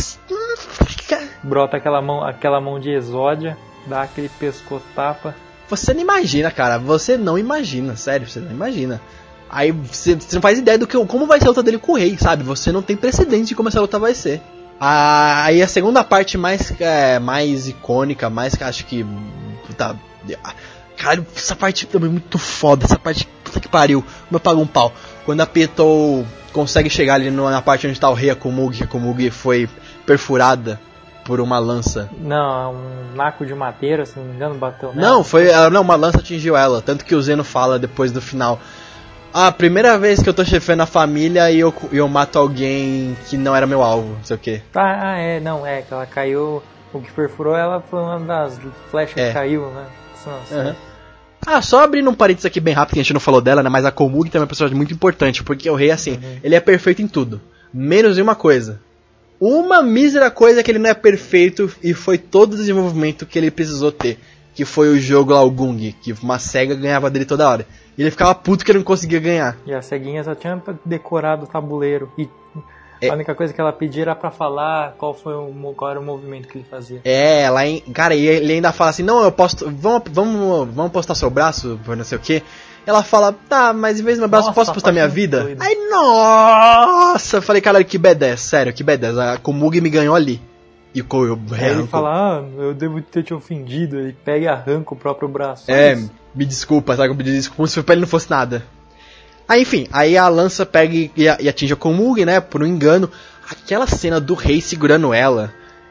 Brota aquela mão, aquela mão de exódia, dá aquele pescotapa. Você não imagina, cara. Você não imagina, sério, você não imagina. Aí você, você não faz ideia do que, como vai ser a luta dele com o rei, sabe? Você não tem precedente de como essa luta vai ser. Ah, aí a segunda parte mais, é, mais icônica, mais que acho que... Puta, caralho, essa parte também é muito foda. Essa parte, puta que pariu. Como eu pago um pau. Quando a Pitou consegue chegar ali na parte onde tá o rei Akumugi, que a Akumugi foi perfurada por uma lança. Não, um naco de madeira, se não me engano, bateu nela. Não, foi, não, uma lança atingiu ela. Tanto que o Zeno fala depois do final: ah, primeira vez que eu tô chefando a família e eu, eu mato alguém que não era meu alvo, não sei o que. Ah, é, não, é, que ela caiu, o que perfurou ela foi uma das flechas É. que caiu, né? Nossa, Uhum. Ah, só abrindo um parênteses aqui bem rápido, que a gente não falou dela, né? Mas a Komugi também é uma personagem muito importante, porque o rei, assim, uhum. ele é perfeito em tudo. Menos em uma coisa. Uma mísera coisa que ele não é perfeito, e foi todo o desenvolvimento que ele precisou ter. Que foi o jogo lá, o Gung, que uma cega ganhava dele toda hora. E ele ficava puto que ele não conseguia ganhar. E a ceguinha só tinha decorado o tabuleiro. E é. a única coisa que ela pedia era pra falar qual, foi o, qual era o movimento que ele fazia. É, ela, cara, e ele ainda fala assim: não, eu posso. Vamos, vamos, vamos postar seu braço, não sei o que. Ela fala: tá, mas em vez do meu braço, nossa, posso postar minha vida? Doido. Aí, nossa, eu falei: caralho, que B dez, sério, que B dez. A Komugi me ganhou ali. E eu, eu Aí ele fala: ah, eu devo ter te ofendido. Ele pega e arranca o próprio braço. É, isso. Me desculpa, sabe? Me desculpa, como se pra ele não fosse nada. Aí, enfim, aí a lança pega e, e atinge a Komugi, né, por um engano. Aquela cena do rei segurando ela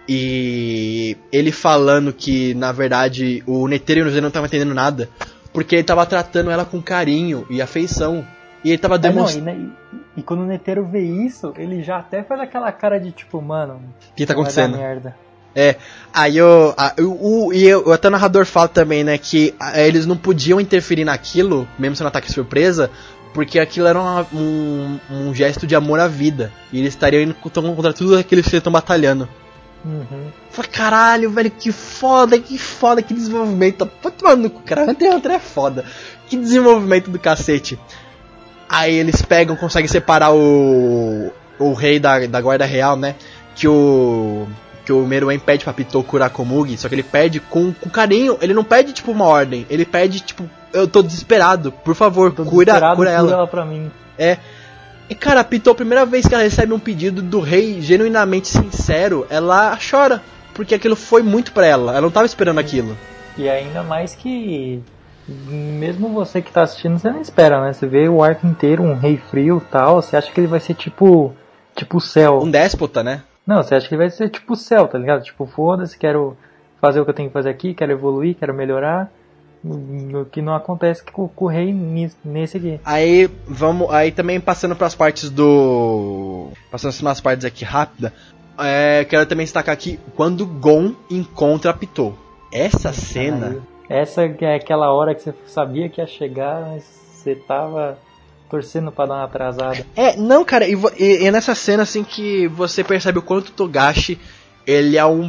e ele falando que, na verdade, o Netero e o Zeno não estavam entendendo nada, porque ele tava tratando ela com carinho e afeição. E ele tava demonstrando... É, e, e, e quando o Netero vê isso, ele já até faz aquela cara de tipo, mano... O que tá acontecendo? Merda. É, aí eu, a, o, o, e eu, até o narrador fala também, né, que a, eles não podiam interferir naquilo, mesmo sendo ataque surpresa, porque aquilo era uma, um, um gesto de amor à vida. E eles estariam indo contra tudo aquilo que eles estão batalhando. Uhum. Falei, caralho, velho, que foda, que foda, que desenvolvimento. Pode tomar no cu, cara, Hunter x Hunter é foda. Que desenvolvimento do cacete. Aí eles pegam, conseguem separar o, o rei da, da guarda real, né, que o... que o Meruem pede pra Pitou curar Komugi, só que ele pede com, com carinho, ele não pede tipo uma ordem, ele pede tipo, eu tô desesperado, por favor, tô cura, desesperado, cura ela. Cura ela pra mim. É. E cara, a Pitou, a primeira vez que ela recebe um pedido do rei genuinamente sincero, ela chora, porque aquilo foi muito pra ela, ela não tava esperando aquilo. E ainda mais que, mesmo você que tá assistindo, você não espera, né? Você vê o arco inteiro, um rei frio e tal, você acha que ele vai ser tipo, tipo o céu. Um déspota, né? Não, você acha que ele vai ser tipo o céu, tá ligado? Tipo, foda-se, quero fazer o que eu tenho que fazer aqui, quero evoluir, quero melhorar. O que não acontece com, com o rei nesse aqui. Aí, vamos, aí também passando pras partes do... Passando umas partes aqui rápida, é, quero também destacar aqui quando Gon encontra a Pitou. Essa cena... Essa é aquela hora que você sabia que ia chegar, mas você tava torcendo pra dar uma atrasada. É, não, cara, e, e é nessa cena assim que você percebe o quanto o Togashi, ele é um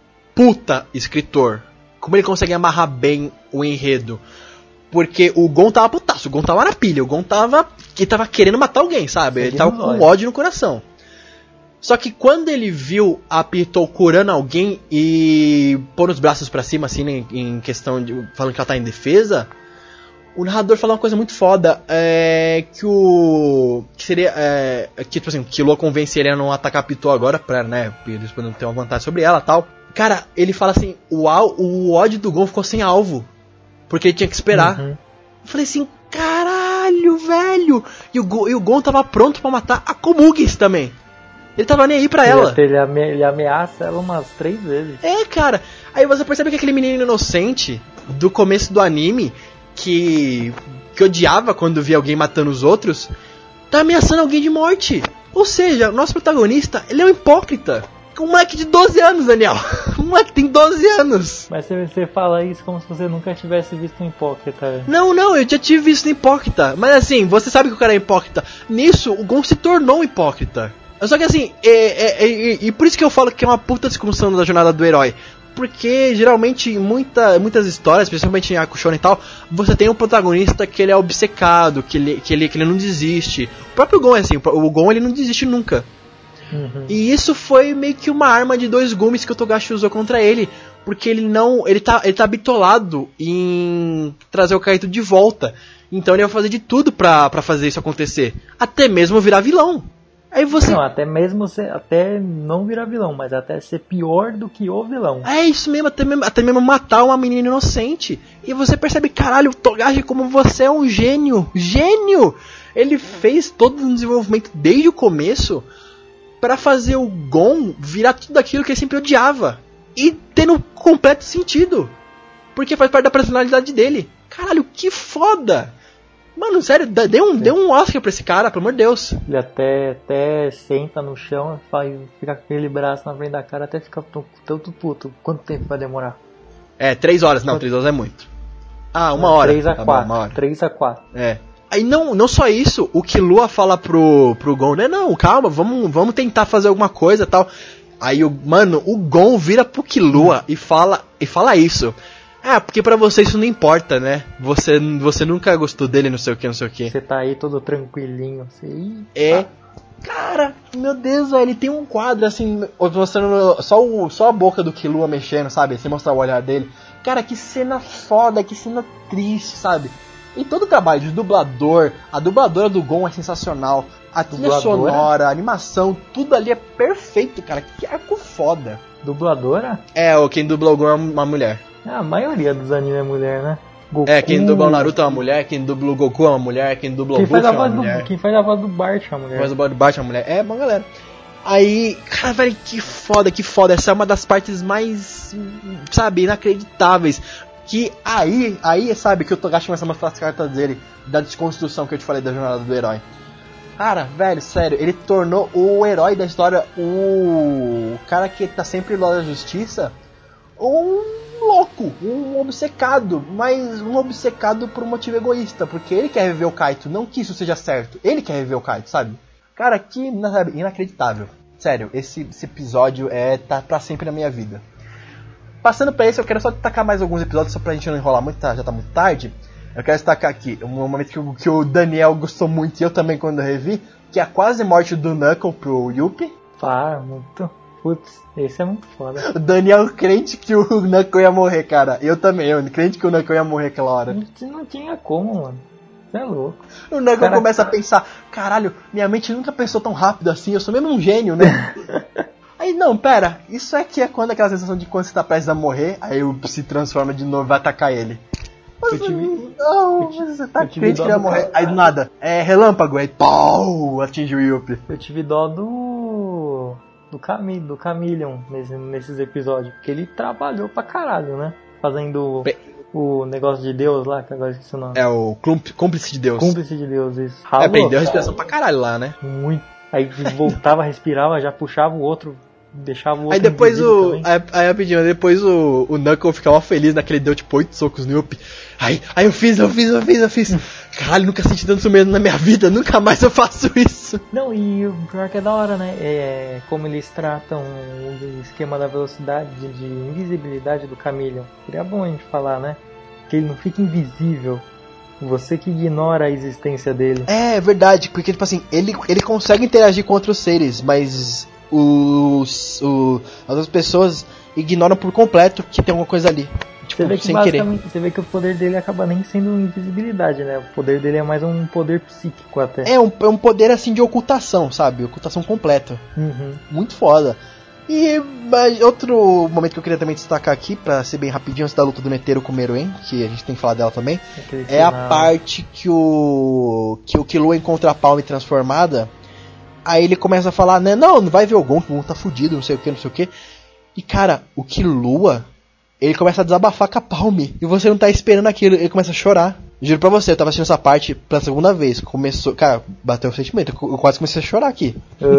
puta escritor. Como ele consegue amarrar bem o enredo. Porque o Gon tava putaço, o Gon tava na pilha, o Gon tava, que tava querendo matar alguém, sabe? Ele tava com ódio no coração. Só que quando ele viu a Pitou curando alguém e pôr os braços pra cima, assim, em, em questão de... falando que ela tá em defesa, o narrador falou uma coisa muito foda, é, que o... que seria, é, que tipo assim, que Killua convenceria a não atacar a Pitou agora, pra, né, eles podendo ter uma vantagem sobre ela e tal. Cara, ele fala assim, o, al, o ódio do Gon ficou sem alvo, porque ele tinha que esperar. Uhum. Eu falei assim, caralho, velho! E o, Gon, e o Gon tava pronto pra matar a Komugi também. Ele tava nem aí pra ele, ela. Ele, ame, ele ameaça ela umas três vezes. É, cara. Aí você percebe que aquele menino inocente do começo do anime, que, que odiava quando via alguém matando os outros, tá ameaçando alguém de morte. Ou seja, o nosso protagonista, ele é um hipócrita. Um moleque de doze anos, Daniel. Um moleque tem doze anos. Mas você, você fala isso como se você nunca tivesse visto um hipócrita. Não, não, eu já tive visto um hipócrita. Mas assim, você sabe que o cara é hipócrita. Nisso, o Gon se tornou um hipócrita. Só que assim, é, é, é, é, e por isso que eu falo que é uma puta discussão da jornada do herói. Porque geralmente em muita, muitas histórias, principalmente em Arco Shonen e tal, você tem um protagonista que ele é obcecado, que ele, que ele, que ele não desiste. O próprio Gon é assim, o Gon ele não desiste nunca. Uhum. E isso foi meio que uma arma de dois gumes que o Togashi usou contra ele. Porque ele não. Ele tá, ele tá bitolado em trazer o Kaito de volta. Então ele vai fazer de tudo pra, pra fazer isso acontecer. Até mesmo virar vilão. Aí você... Não, até mesmo ser, até não virar vilão, mas até ser pior do que o vilão. É isso mesmo, até mesmo, até mesmo matar uma menina inocente. E você percebe, caralho, o Togashi, como você é um gênio. Gênio! Ele fez todo o desenvolvimento desde o começo pra fazer o Gon virar tudo aquilo que ele sempre odiava. E tendo completo sentido. Porque faz parte da personalidade dele. Caralho, que foda! Mano, sério, dê um, dê um Oscar pra esse cara, pelo amor de Deus. Ele até, até senta no chão, faz, fica com aquele braço na frente da cara, até fica tanto puto. Quanto tempo vai demorar? É, três horas. Não, três horas é muito. Ah, uma hora. Três a quatro. Três a quatro. É. Aí não, não só isso, o Killua fala pro, pro Gon, né? Não, calma, vamos, vamos tentar fazer alguma coisa e tal. Aí, o, mano, o Gon vira pro Killua e fala, e fala isso. Ah, porque pra você isso não importa, né? Você, você nunca gostou dele, não sei o que, não sei o que. Você tá aí todo tranquilinho, assim. É. Cara, meu Deus, velho, ele tem um quadro assim, mostrando só, o, só a boca do Killua mexendo, sabe? Sem mostrar o olhar dele. Cara, que cena foda, que cena triste, sabe? E todo o trabalho de dublador, a dubladora do Gon é sensacional. A trilha sonora, a animação, tudo ali é perfeito, cara. Que arco foda. Dubladora? É, quem dubla o Gon é uma mulher. A maioria dos animes é mulher, né? Goku. É, quem dubla o Naruto é uma mulher, quem dubla o Goku é uma mulher, quem dubla o Luffy é uma mulher. Do, quem faz a voz do Bart é uma mulher. Quem faz a voz do Bart é uma mulher. É, uma galera. Aí, cara, velho, que foda, que foda. Essa é uma das partes mais, sabe, inacreditáveis. Que aí, aí, sabe, que o Togashi começa a mostrar as cartas dele, da desconstrução que eu te falei da jornada do herói. Cara, velho, sério, ele tornou o herói da história, o cara que tá sempre lá da justiça, um louco, um obcecado, mas um obcecado por um motivo egoísta, porque ele quer reviver o Kaito, não que isso seja certo, ele quer reviver o Kaito, sabe? Cara, que, sabe, inacreditável. Sério, esse, esse episódio é, tá pra sempre na minha vida. Passando pra esse, eu quero só destacar mais alguns episódios, só pra gente não enrolar muito, tá? Já tá muito tarde. Eu quero destacar aqui, um momento que o, que o Daniel gostou muito, e eu também quando eu revi, que é a quase morte do Knuckle pro Yuppie. Ah, muito... Putz, esse é muito foda. O Daniel crente que o Knuckle ia morrer, cara. Eu também, eu crente que o Knuckle ia morrer aquela hora. Não, não tinha como, mano. Você é louco. O Knuckle cara... começa a pensar, caralho, minha mente nunca pensou tão rápido assim, eu sou mesmo um gênio, né? Aí, não, pera, isso aqui é quando aquela sensação de quando você tá prestes a morrer, aí o se transforma de novo e vai atacar ele. Mas, eu tive... Não, eu tive... você tá crente que ele ia morrer. Cara. Aí do nada, é relâmpago, aí pau, atinge o Yuppie. Eu tive dó do... do, Cam... do Chameleon nesse... nesses episódios, porque ele trabalhou pra caralho, né? Fazendo... o negócio de Deus lá, que agora esqueci o nome. É o cúmplice de Deus. Cúmplice de Deus, isso. É, Ralou, prendeu a respiração pra caralho lá, né? muito. Aí voltava, respirava, já puxava o outro, deixava o outro. Aí depois o. também. Aí, aí rapidinho, depois o, o Knuckle ficava feliz naquele deu tipo oito socos no Yuppie. Aí, aí eu fiz, eu fiz, eu fiz, eu fiz. Caralho, nunca senti tanto medo na minha vida, nunca mais eu faço isso. Não, e o pior que é da hora, né? É como eles tratam o esquema da velocidade, de, de invisibilidade do Chameleon. Seria bom a gente falar, né? Que ele não fica invisível. Você que ignora a existência dele. É verdade, porque tipo assim, ele, ele consegue interagir com outros seres, mas os, o, as outras pessoas ignoram por completo que tem alguma coisa ali. Tipo, Você vê, que sem querer. você vê que o poder dele acaba nem sendo invisibilidade, né? O poder dele é mais um poder psíquico até. É um, é um poder assim de ocultação, sabe? Ocultação completa. Uhum. Muito foda. E mas, outro momento que eu queria também destacar aqui, pra ser bem rapidinho, antes da luta do Netero com o Meruem, que a gente tem que falar dela também, Aquele é a final. parte que o que o Killua encontra a Palme transformada. Aí ele começa a falar, né, não, não vai ver o Gon, que o Gon tá fudido, não sei o que, não sei o que. E cara, o Killua, ele começa a desabafar com a Palme, e você não tá esperando aquilo, ele começa a chorar. Juro pra você, eu tava assistindo essa parte pela segunda vez, começou, cara, bateu o sentimento, eu quase comecei a chorar aqui.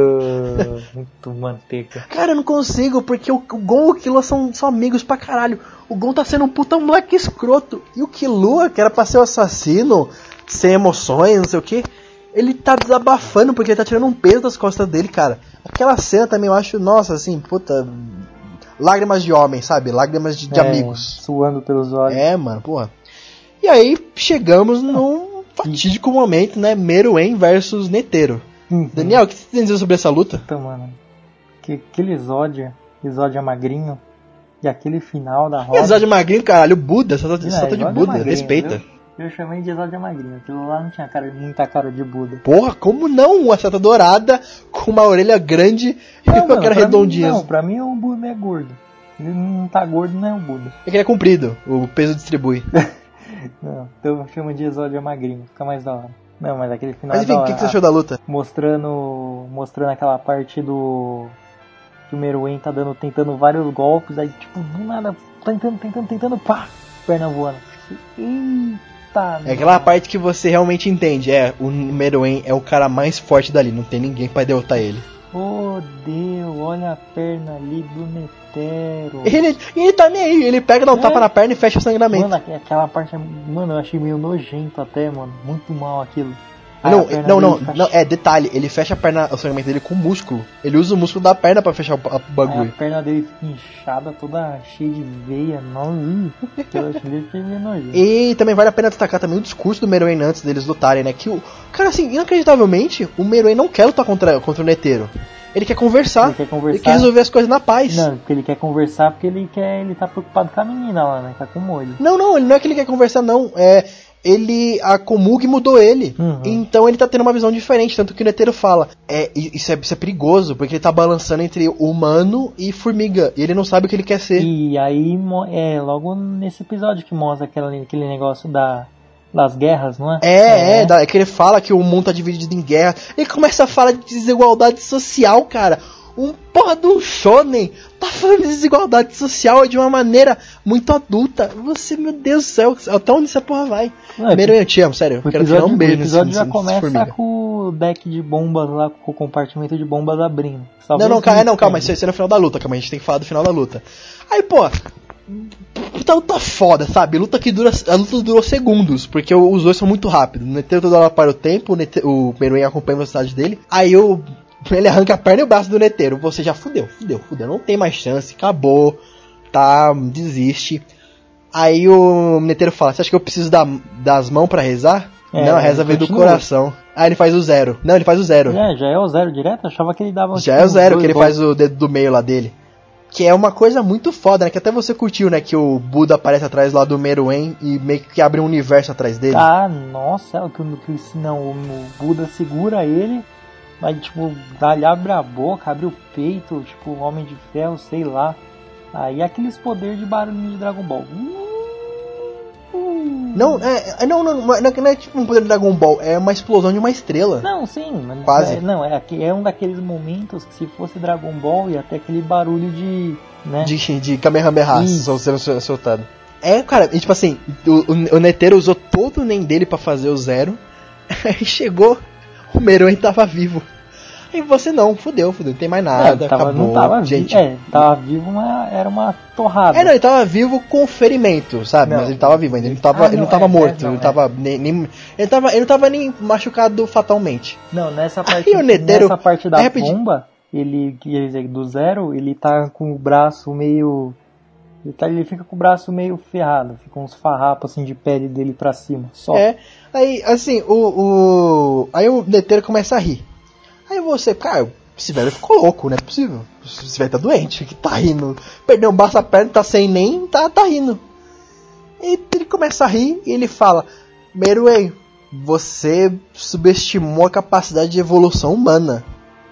Uh, muito manteiga. Cara, eu não consigo, porque o, o Gon e o Killua são, são amigos pra caralho. O Gon tá sendo um puta moleque escroto, e o Killua, que era pra ser o assassino, sem emoções, não sei o que, ele tá desabafando porque ele tá tirando um peso das costas dele, cara. Aquela cena também eu acho, nossa, assim, puta... Lágrimas de homem, sabe? Lágrimas de, de É, amigos. Suando pelos olhos. É, mano, porra. E aí chegamos num fatídico momento, né? Meruem versus Netero. Uhum. Daniel, o que você tem a dizer sobre essa luta? Puta, mano. Que, aquele Exódia, Exódia magrinho, e aquele final da roda... Exódio magrinho, caralho, Buda, só tá, Não, só tá de Exódia Buda, magrinho, respeita. viu? Eu chamei de Exódia magrinho, aquilo lá não tinha cara, muita cara de Buda. Porra, como não? Uma seta dourada com uma orelha grande e Não, uma mano, cara pra redondinha. Mim, não, pra mim o Buda é gordo. Ele não tá gordo, não é o Buda. É que ele é comprido, o peso distribui. Não, então eu chamo de Exódia magrinho, fica mais da hora. Não, mas aquele final Mas enfim, é da o hora. que, que você achou da luta? Mostrando, mostrando aquela parte do... que o Meruem tá dando, tentando vários golpes, aí tipo, do nada, tentando, tentando, tentando, pá, perna voando. Eita, É aquela parte que você realmente entende, é, o Meruem é o cara mais forte dali, não tem ninguém pra derrotar ele. Oh Deus, olha a perna ali do Netero. Ele, e ele tá nem aí, ele pega, dá um É. tapa na perna e fecha o sangramento. Mano, aqu- aquela parte, mano, eu achei meio nojento até, mano, muito mal aquilo. Aí Não, a perna não, dele não, fica não, é detalhe, ele fecha a perna, o sangramento dele com músculo. Ele usa o músculo da perna pra fechar o, a- o Aí bagulho. a perna dele fica inchada, toda cheia de veia. Não, eu achei que meio nojento. E também vale a pena destacar também o discurso do Meruem antes deles lutarem, né? Que o. Cara, assim, inacreditavelmente, o Meruem não quer lutar contra, contra o Netero. Ele quer conversar. Ele quer conversar. Ele quer resolver as coisas na paz. Não, porque ele quer conversar porque ele quer. Ele tá preocupado com a menina lá, né? Tá com o molho. Não, não, ele não é que ele quer conversar, não. É. Ele. A Komug mudou ele. Uhum. Então ele tá tendo uma visão diferente. Tanto que o Netero fala. É, isso, é, isso é perigoso, porque ele tá balançando entre humano e formiga. E ele não sabe o que ele quer ser. E aí, mo- é logo nesse episódio que mostra aquela, aquele negócio da, das guerras, não é? É, é, da- é que ele fala que o mundo tá dividido em guerra. Ele começa a falar de desigualdade social, cara. Um porra do shonen tá falando de desigualdade social de uma maneira muito adulta. Você, meu Deus do céu, até onde essa porra vai? Não, é Meruem, eu te amo, sério. O Eu quero tirar episódio, um o beijo nesse, episódio já nesse, nesse começa formiga. com o deck de bombas lá, com o compartimento de bombas abrindo. Só Não, não, vê calma, se não, calma, entende. isso é no final da luta, calma, a gente tem que falar do final da luta. Aí, pô, puta luta foda, sabe? Luta que dura, a luta durou segundos, porque os dois são muito rápidos. O Netero toda hora para o tempo, o, Nete- o Meruem acompanha a velocidade dele. Aí o ele arranca a perna e o braço do Netero. Você já fudeu, fudeu, fudeu, não tem mais chance, acabou, tá, desiste. Aí o Netero fala, você acha que eu preciso da, das mãos pra rezar? É, não, a reza vem do continua. coração. Aí ele faz o zero. Não, ele faz o zero. É, já é o zero direto? Eu achava que ele dava... Já tipo, é o zero dois que ele golpes. faz o dedo do meio lá dele. Que é uma coisa muito foda, né? Que até você curtiu, né? Que o Buda aparece atrás lá do Meruem e meio que abre um universo atrás dele. Ah, nossa, o que, o que não, o Buda segura ele, mas tipo, ele abre a boca, abre o peito, tipo, Homem de Ferro, sei lá. Aí aqueles poderes de barulhinho de Dragon Ball. Não, é, é- não, não, não, é, não é tipo um poder do Dragon Ball, é uma explosão de uma estrela. Não, sim, mas Quase. É, não, é, aqui- é um daqueles momentos que se fosse Dragon Ball ia ter aquele barulho de, né? De, de Kamehameha Isso. sendo sol- soltado. É, cara, e tipo assim, o, o, o Netero usou todo o Nen dele pra fazer o Zero. Aí chegou, o Meruem tava vivo. Aí você não, fudeu, fudeu, não tem mais nada, é, tava, acabou, não tava gente. Vi- é, tava vivo, mas era uma torrada. É, não, ele tava vivo com ferimento, sabe? Não. Mas ele tava vivo ainda, ele não tava, Ah, ele não não, tava é, morto, é, não, ele é. tava nem, nem- ele tava, ele não tava nem machucado fatalmente. Não, nessa Aí parte, o Netero- nessa parte da é, rapidinho. bomba, ele, que ele dizer, do Zero, ele tá com o braço meio... Ele, tá, ele fica com o braço meio ferrado, fica uns farrapos assim de pele dele pra cima, só. É, aí, assim, o, o... Aí o Netero começa a rir. Aí você, cara, esse velho ficou louco, não é possível. Esse velho tá doente, que tá rindo. Perdeu um braço a perna, tá sem nem, tá, tá rindo. E ele começa a rir e ele fala: Meruem, você subestimou a capacidade de evolução humana.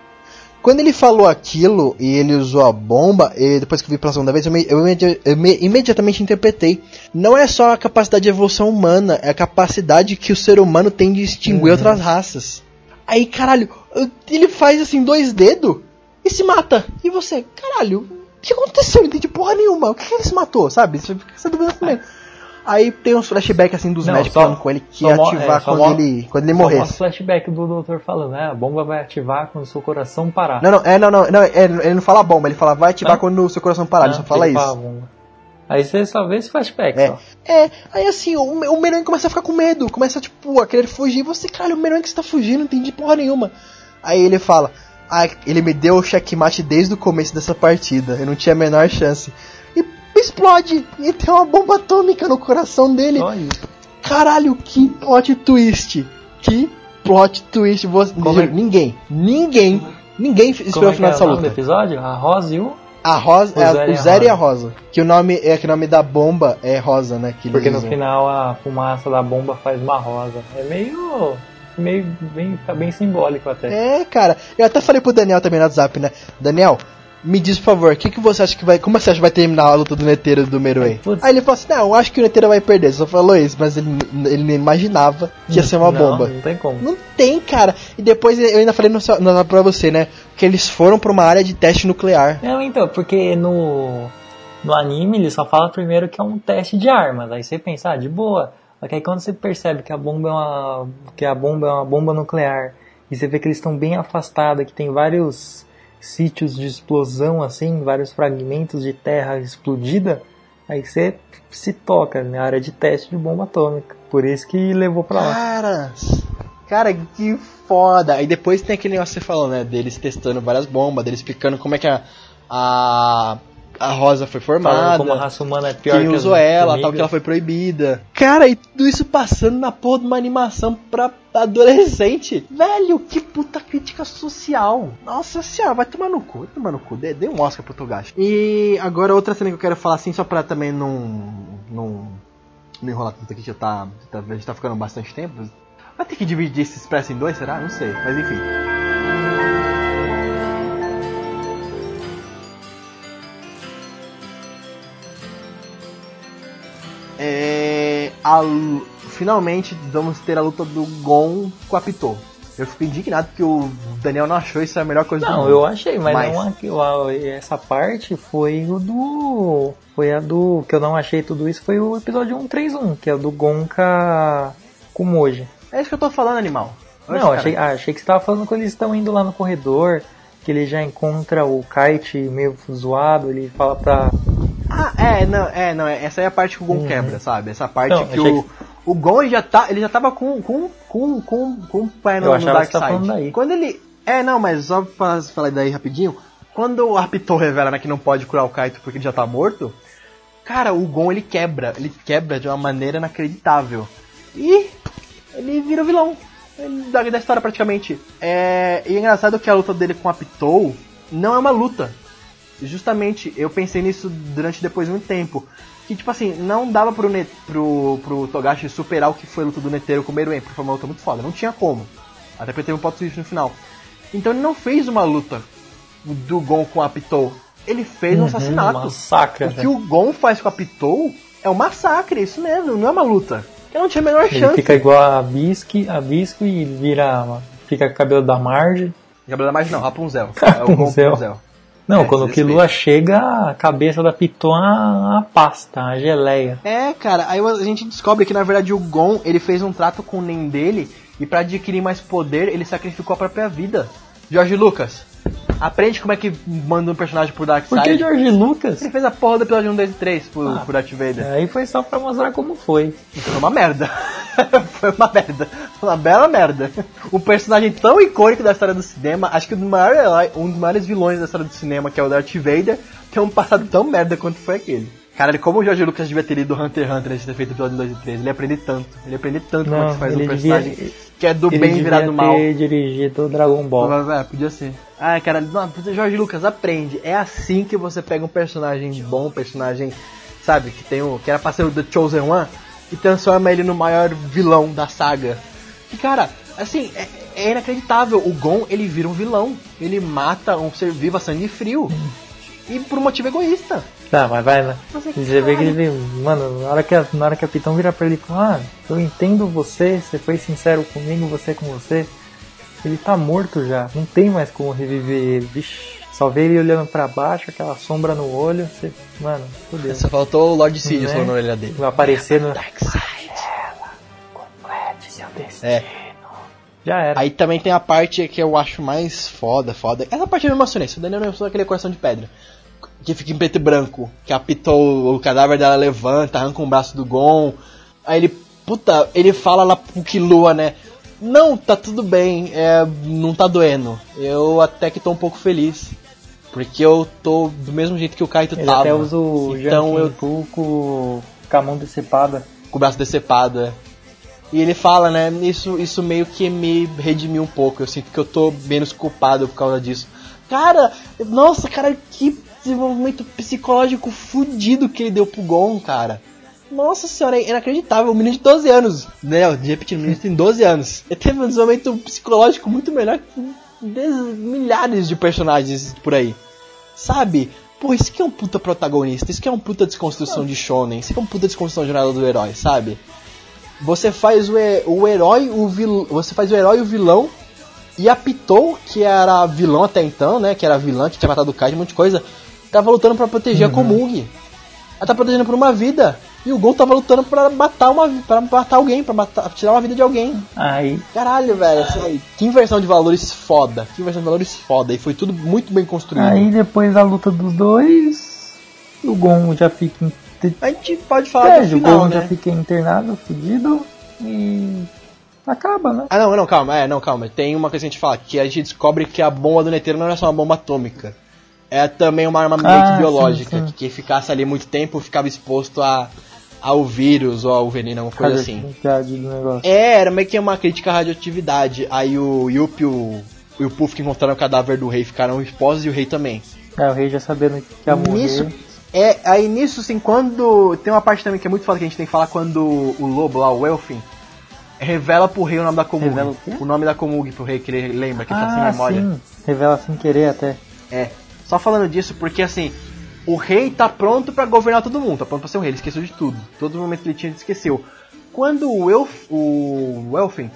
Quando ele falou aquilo e ele usou a bomba, e depois que eu vi pela segunda vez, eu, me, eu, imedi- eu me, imediatamente interpretei. Não é só a capacidade de evolução humana, é a capacidade que o ser humano tem de extinguir Uhum. outras raças. Aí, caralho, ele faz assim dois dedos e se mata. E você, caralho, o que aconteceu? Não entendi porra nenhuma. O que, que ele se matou, sabe? Você fica essa dúvida também. Aí tem uns flashbacks assim dos Não, médicos só- falando com ele que só ia mo- ativar é, só quando, mo- ele, quando ele Só morresse. mostra o flashback do doutor falando, né? A bomba vai ativar quando o seu coração parar. Não, não, é, não, não, não é, ele não fala bomba, ele fala vai ativar Ah. quando o seu coração parar, ele só Ah, fala ele fala isso. bomba. Aí você só vê esse flashback, É, só. é, aí assim, o, o Meruem começa a ficar com medo, começa tipo, a querer fugir, você, cara, o Meruem que você tá fugindo, não entendi porra nenhuma. Aí ele fala, ah, ele me deu o checkmate desde o começo dessa partida, eu não tinha a menor chance. E explode, e tem uma bomba atômica no coração dele. Só isso. Caralho, que plot twist, que plot twist, você, Como é- ninguém, ninguém, ninguém Como esperou é o que final é dessa o nome do luta. episódio? A Rosa e o... A Rosa, O é, Zero o e a Zero e a Rosa. Rosa. Que o nome é que o nome da bomba é Rosa, né? Que Porque eles no usam. final a fumaça da bomba faz uma rosa. É meio... meio bem, tá bem simbólico até. É, cara. Eu até falei pro Daniel também no WhatsApp, né? Daniel, me diz por favor, o que, que você acha que vai. Como você acha que vai terminar a luta do Netero e do Meruem? Putz. Aí ele falou assim: não, eu acho que o Netero vai perder. Só falou isso, mas ele, ele não imaginava que ia ser uma Não, bomba. Não tem como. Não tem, cara. E depois eu ainda falei no, no, pra você, né? Que eles foram pra uma área de teste nuclear. Não, então, porque no, no anime ele só fala primeiro que é um teste de armas. Aí você pensa, ah, de boa. Só que aí quando você percebe que a bomba é uma, que a bomba é uma bomba nuclear e você vê que eles estão bem afastados, que tem vários sítios de explosão assim, vários fragmentos de terra explodida, aí você se toca na área de teste de bomba atômica. Por isso que levou pra lá. Cara, cara, que foda. Aí depois tem aquele negócio que você falou, né? Deles testando várias bombas, deles explicando como é que a, a, a Rosa foi formada. Falando como a raça humana é pior Quem que usou as ela, formigas. tal, que ela foi proibida. Cara, e tudo isso passando na porra de uma animação pra adolescente. Velho, que puta crítica social. Nossa senhora, vai tomar no cu, vai tomar no cu. Dê, dê um Oscar pro Togashi. E agora outra cena que eu quero falar assim, só pra também não... não, não enrolar tanto aqui, que já tá, já tá, a gente tá ficando bastante tempo. Vai ter que dividir esse Expresso em dois, será? Não sei, mas enfim. É, a, finalmente vamos ter a luta do Gon com a Pitou. Eu fico indignado porque o Daniel não achou isso a melhor coisa do Não, mundo. eu achei, mas, Mas- não aquilo, a- essa parte foi o do... Foi a do... Que eu não achei tudo isso, foi o episódio cento e trinta e um, que é o do Gonka com o Moji. É isso que eu tô falando, animal. Oxe, Não, cara. achei, ah, achei que você tava falando quando eles estão indo lá no corredor, que ele já encontra o Kite meio zoado, ele fala pra... Ah, é, não, é, não, é, essa aí é a parte que o Gon Uhum. quebra, sabe? Essa parte Não, que achei o, o Gon ele já, tá, ele já tava com, com, com, com, com o pé no, Eu no achava Dark que você tava Side. falando daí. Quando ele. É, não, mas só pra falar daí rapidinho, quando o Arpitou revela, né, que não pode curar o Kaito porque ele já tá morto, cara, o Gon ele quebra, ele quebra de uma maneira inacreditável. E ele vira o vilão. Ele, da, da história praticamente. É, e é engraçado que a luta dele com a Pitou não é uma luta. Justamente, eu pensei nisso durante depois de muito tempo. Que, tipo assim, não dava pro, Net, pro, pro Togashi superar o que foi a luta do Netero com o Meruem, porque foi uma luta muito foda. Não tinha como. Até porque teve um plot twist no final. Então ele não fez uma luta do Gon com a Pitou. Ele fez um Uhum, assassinato. massacre, O que velho. o Gon faz com a Pitou é um massacre, isso mesmo, não é uma luta. Eu não tinha a menor Ele chance. fica igual a Bisque, a Bisco e vira... Fica com o cabelo da Marge. Gabriela mais não, Rapunzel. É o Gon Rapunzel. Rapunzel. Não, É, quando o desrespeito. Killua chega, a cabeça da Piton a, a pasta, a geleia. É, cara, aí a gente descobre que na verdade o Gon, ele fez um trato com o Nen dele e pra adquirir mais poder, ele sacrificou a própria vida. George Lucas, aprende como é que manda um personagem pro Por que Darkseid. George Lucas? Ele fez a porra do episódio um, dois e três pro, Ah. pro Darth Vader. Aí foi só pra mostrar como foi. Foi uma merda. Foi uma merda. Foi uma bela merda. Um personagem tão icônico da história do cinema, acho que um dos maiores, heróis- um dos maiores vilões da história do cinema, que é o Darth Vader, tem um passado tão merda quanto foi aquele. Caralho, como o George Lucas devia ter lido Hunter x Hunter antes de ter feito o episódio dois e três. Ele aprende tanto. Ele aprende tanto como é que se faz um ele personagem devia, que é do ele bem devia virado mal. ter dirigido o Dragon Ball. É, podia ser. Ai, cara, não, Jorge Lucas, aprende. É assim que você pega um personagem bom, um personagem, sabe, que tem o que era pra ser o The Chosen One, e transforma ele no maior vilão da saga. E, cara, assim, é, é inacreditável. O Gon, ele vira um vilão. Ele mata um ser vivo a sangue frio. E por um motivo egoísta. Tá, mas vai, né? Nossa, Você vê que caralho. ele vem, mano, na hora que a, na hora que a Piton vira pra ele e fala, ah, eu entendo você, você foi sincero comigo, você com você. Ele tá morto já, não tem mais como reviver ele. Vixe, só vê ele olhando pra baixo, aquela sombra no olho, você, mano, fodeu. Só faltou o Lord Sidious Né? falando na orelha dele. Vai aparecer no... Darkseid. Complete seu destino. É. Já era. Aí também tem a parte que eu acho mais foda, foda. Essa parte eu me emocionei, isso daí não é só aquele coração de pedra. Que fica em preto e branco. Que apitou o cadáver dela, levanta, arranca um braço do Gon. Aí ele, puta, ele fala lá pro Killua, né? Não, tá tudo bem, é, não tá doendo. Eu até que tô um pouco feliz. Porque eu tô do mesmo jeito que o Kaito Ele tava. até usa o então Jankin eu Puko com a mão decepada. com o braço decepado, é. E ele fala, né, isso, isso meio que me redimiu um pouco. Eu sinto que eu tô menos culpado por causa disso. Cara, nossa, cara, que desenvolvimento psicológico fudido que ele deu pro Gon, cara. Nossa senhora, é inacreditável. Um menino de doze anos, né, de repetindo, um menino tem doze anos. Ele teve um desenvolvimento psicológico muito melhor que des- milhares de personagens por aí. Sabe? Pô, isso que é um puta protagonista, isso que é um puta desconstrução de shonen, isso que é um puta desconstrução de jornada do herói, sabe? Você faz o, he- o herói, o vil, você faz o herói e o vilão, e a Pitou, que era vilão até então, né, que era vilã, que tinha matado o Kai, um monte de coisa, tava lutando pra proteger Uhum. a Komug. Ela tá protegendo por uma vida, e o Gon tava lutando pra matar uma, pra matar alguém, pra matar, tirar uma vida de alguém. Aí, Caralho, velho, sabe? Que inversão de valores foda, que inversão de valores foda, e foi tudo muito bem construído. aí depois da luta dos dois, o Gon já fica in- A gente pode falar é, do o final, Gon né? já fica internado, fudido e acaba, né? Ah, não, não, calma, é, não, calma. Tem uma coisa que a gente fala, que a gente descobre que a bomba do Netero não é só uma bomba atômica. É também uma arma meio Ah, que biológica, sim, sim. que quem ficasse ali muito tempo ficava exposto a, ao vírus ou ao veneno, alguma coisa assim. Radioatividade do negócio. É, era meio que uma crítica à radioatividade. Aí o Yuppie e o, e o Puff que encontraram o cadáver do rei ficaram expostos e o rei também. É, o rei já sabendo que ia morrer. Nisso, é, aí nisso, assim, quando... Tem uma parte também que é muito foda que a gente tem que falar quando o lobo lá, o Elfin, revela pro rei o nome da Komug. Revela o quê? O nome da Komug pro rei, que ele lembra, que ele tá sem Ah, memória. sim. Revela sem querer até. É, só falando disso porque assim, o rei tá pronto pra governar todo mundo, tá pronto pra ser um rei, ele esqueceu de tudo. Todo momento que ele tinha, ele esqueceu. Quando o, Elf, o Elfin,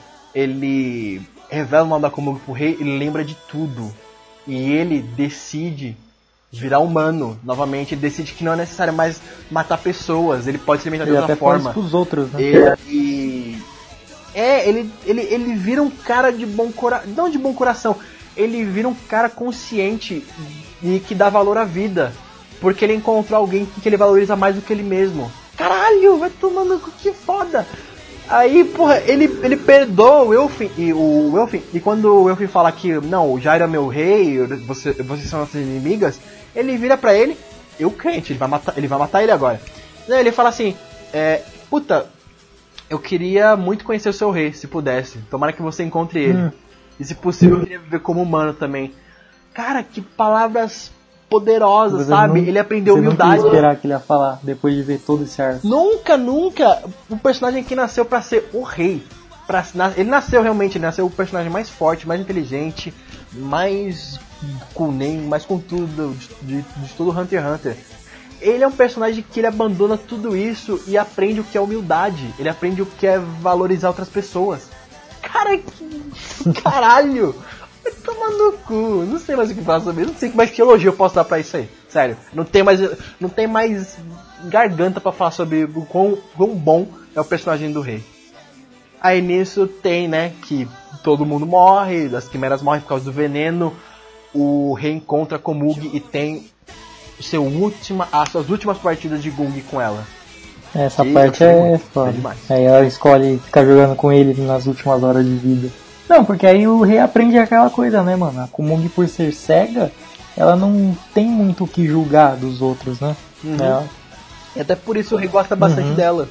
ele revela o nome da Komug pro rei, ele lembra de tudo. E ele decide virar humano novamente, ele decide que não é necessário mais matar pessoas, ele pode se alimentar de Ele outra até faz forma. pros outros, né? Ele. É, ele, ele, ele vira um cara de bom coração. Não de bom coração, ele vira um cara consciente e que dá valor à vida. Porque ele encontrou alguém que ele valoriza mais do que ele mesmo. Caralho, vai tomando que foda! Aí, porra, ele, ele perdoa o Elfin e o Elfin, e quando o Elfin fala que não, o Jairo é meu rei, você, vocês são nossas inimigas, ele vira pra ele, eu crente, ele vai matar, ele vai matar ele agora. Daí ele fala assim, é, puta, eu queria muito conhecer o seu rei, se pudesse. Tomara que você encontre ele. Hum. E se possível, eu queria viver como humano também. Cara, que palavras poderosas, Você sabe? não- Ele aprendeu você humildade. Não ia esperar que ele ia falar depois de ver todo esse arco. Nunca, nunca. O personagem que nasceu pra ser o rei. Pra, na- ele nasceu realmente, ele nasceu o personagem mais forte, mais inteligente, mais com nem, mais com tudo de, de, de todo Hunter x Hunter. Ele é um personagem que ele abandona tudo isso e aprende o que é humildade. Ele aprende o que é valorizar outras pessoas. Cara, que caralho! Vai Toma no cu, não sei mais o que falar sobre isso, não sei mais que elogio eu posso dar pra isso aí. Sério, não tem mais, não tem mais garganta pra falar sobre o quão, quão bom é o personagem do rei. Aí nisso tem, né, que todo mundo morre, as quimeras morrem por causa do veneno, o rei encontra Komugi e tem seu última, as suas últimas partidas de Gung com ela. Essa E parte eu achei é muito, foda. é demais. Aí ela escolhe ficar jogando com ele nas últimas horas de vida. Não, porque aí o rei aprende aquela coisa, né, mano? A Komugi, por ser cega, ela não tem muito o que julgar dos outros, né? Uhum. Ela... E até por isso o rei gosta bastante Uhum. dela.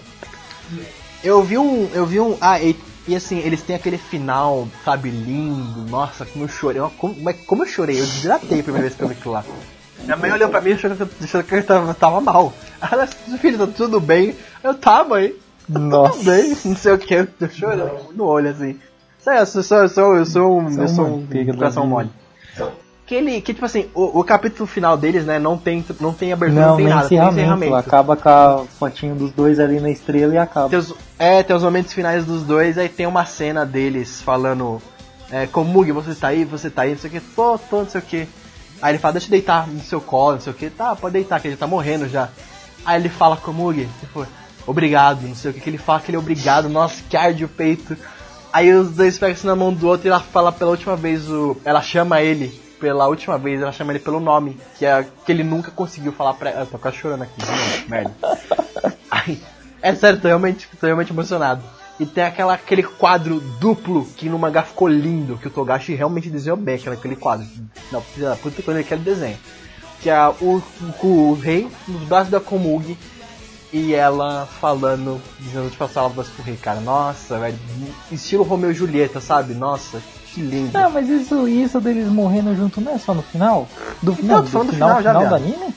Eu vi um. Eu vi um. Ah, e, e assim, eles têm aquele final, sabe, lindo. Nossa, como eu chorei. Como, mas como eu chorei, eu desidratei a primeira vez que eu vi aquilo lá. Minha mãe olhou pra mim e achou que eu, achou que eu tava, tava mal. Ela disse, filho, tá tudo bem? Eu, tá, mãe. Tá Nossa. tudo bem, não sei o que, eu tô chorando no olho assim. Sério, eu sou, eu sou, eu sou um. Você é Eu sou uma um pega da coração vida. mole. Que ele, que tipo assim, o, o capítulo final deles, né, não tem, não tem abertura, não, Não, tem nem nada, tem encerramento. encerramento. Acaba com a fotinho dos dois ali na estrela e acaba. Tem os, é, tem os momentos finais dos dois, aí tem uma cena deles falando, é, Komugi, você tá aí, você tá aí, não sei o que, tô, tô, não sei o que. Aí ele fala, deixa eu deitar no seu colo, não sei o que, tá, pode deitar, que ele tá morrendo já. Aí ele fala, Komugi, tipo, obrigado, não sei o que, que ele fala que ele é obrigado, nossa, que arde o peito. Aí os dois pegam assim na mão do outro e ela fala pela última vez, o, ela chama ele, pela última vez, ela chama ele pelo nome, que é que ele nunca conseguiu falar pra ela. Eu tô quase chorando aqui, não, merda. Aí, é sério, tô realmente, tô realmente emocionado. E tem aquela, aquele quadro duplo que no mangá ficou lindo, que o Togashi realmente desenhou bem aquele, aquele quadro. Não, puta que ele quer desenho. Que é o, o, o rei nos braços da Komugi e ela falando, dizendo tipo as palavras pro rei, cara. Nossa, velho, estilo Romeu e Julieta, sabe? Nossa, que lindo. Ah, mas isso, isso deles morrendo junto não é só no final? Do, Então, não, tô do falando do final, final já, final do viado. anime?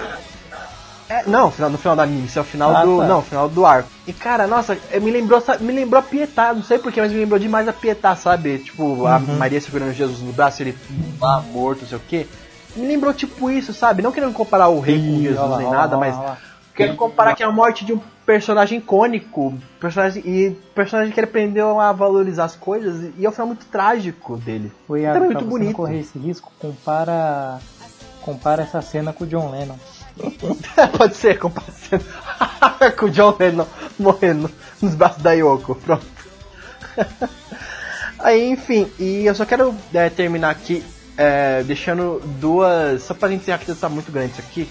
É, não, final- no final do anime, isso é o final Ah, do. tá. Não, o final do arco. E cara, nossa, é, me lembrou, sabe, me lembrou a Pietá, não sei porquê, mas me lembrou demais a Pietá, sabe? Tipo, a Uhum. Maria segurando Jesus no braço, ele lá morto, não sei o quê. Me lembrou tipo isso, sabe? Não querendo comparar o rei com Ih, Jesus olha lá, nem olha lá, nada, olha mas lá, olha lá. quero comparar que é a morte de um personagem icônico, personagem e personagem que ele aprendeu a valorizar as coisas e é um final muito trágico dele. Oi, E Iago, também pra muito você não bonito. correr esse risco, compara, compara essa cena com o John Lennon. Pode ser, comparando com o John Lennon morrendo nos braços da Yoko, pronto. Aí, enfim, e eu só quero é, terminar aqui é, deixando duas. Só pra gente encerrar que tá muito grande isso aqui.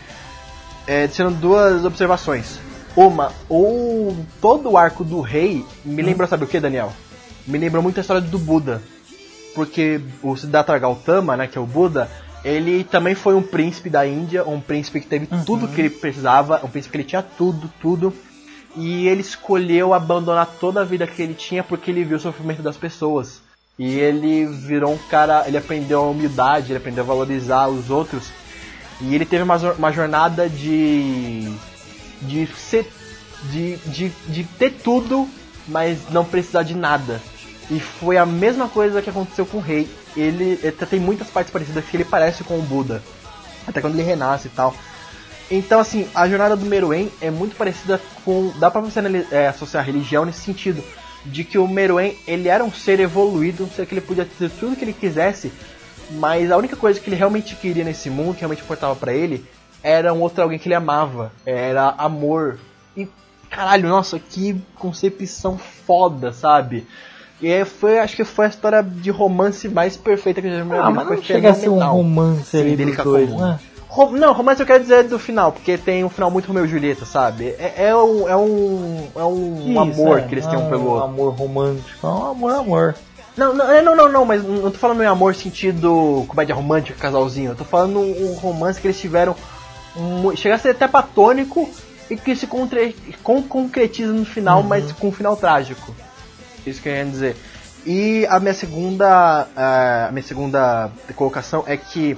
É, deixando duas observações. Uma, o todo o arco do rei me lembrou, sabe o que, Daniel? Me lembrou muito a história do Buda. Porque o Siddhartha Gautama, né, que é o Buda, ele também foi um príncipe da Índia, um príncipe que teve Uhum. tudo que ele precisava, um príncipe que ele tinha tudo, tudo. E ele escolheu abandonar toda a vida que ele tinha porque ele viu o sofrimento das pessoas. E ele virou um cara, ele aprendeu a humildade, ele aprendeu a valorizar os outros. E ele teve uma, uma jornada de de ser de, de, de ter tudo, mas não precisar de nada. E foi a mesma coisa que aconteceu com o rei. Ele, ele tem muitas partes parecidas que ele parece com o Buda, até quando ele renasce e tal. Então, assim, a jornada do Meruem é muito parecida com... Dá pra você é, associar a religião nesse sentido, de que o Meruem, ele era um ser evoluído, um ser que ele podia ter tudo que ele quisesse, mas a única coisa que ele realmente queria nesse mundo, que realmente importava pra ele, era um outro alguém que ele amava, era amor. E, caralho, nossa, que concepção foda, sabe? E aí foi, acho que foi a história de romance mais perfeita que eu já vi na minha Ah, vida. mas não Foi chega a ser um fenomenal. romance Sim, ali dele dos com a dois, Komugi. né? Rom- Não, romance eu quero dizer do final, porque tem um final muito Romeu e Julieta, sabe? É, é um, é um, é um Isso, amor é, que eles não têm um é pelo outro. amor romântico, é um amor, amor. Não, não, é, não, não, não, mas não tô falando em amor sentido comédia romântica, casalzinho. Eu tô falando um, um romance que eles tiveram, um, chega a ser até platônico e que se contre, con, concretiza no final, Uhum. mas com um final trágico. Isso que eu ia dizer. E a minha segunda, a minha segunda colocação é que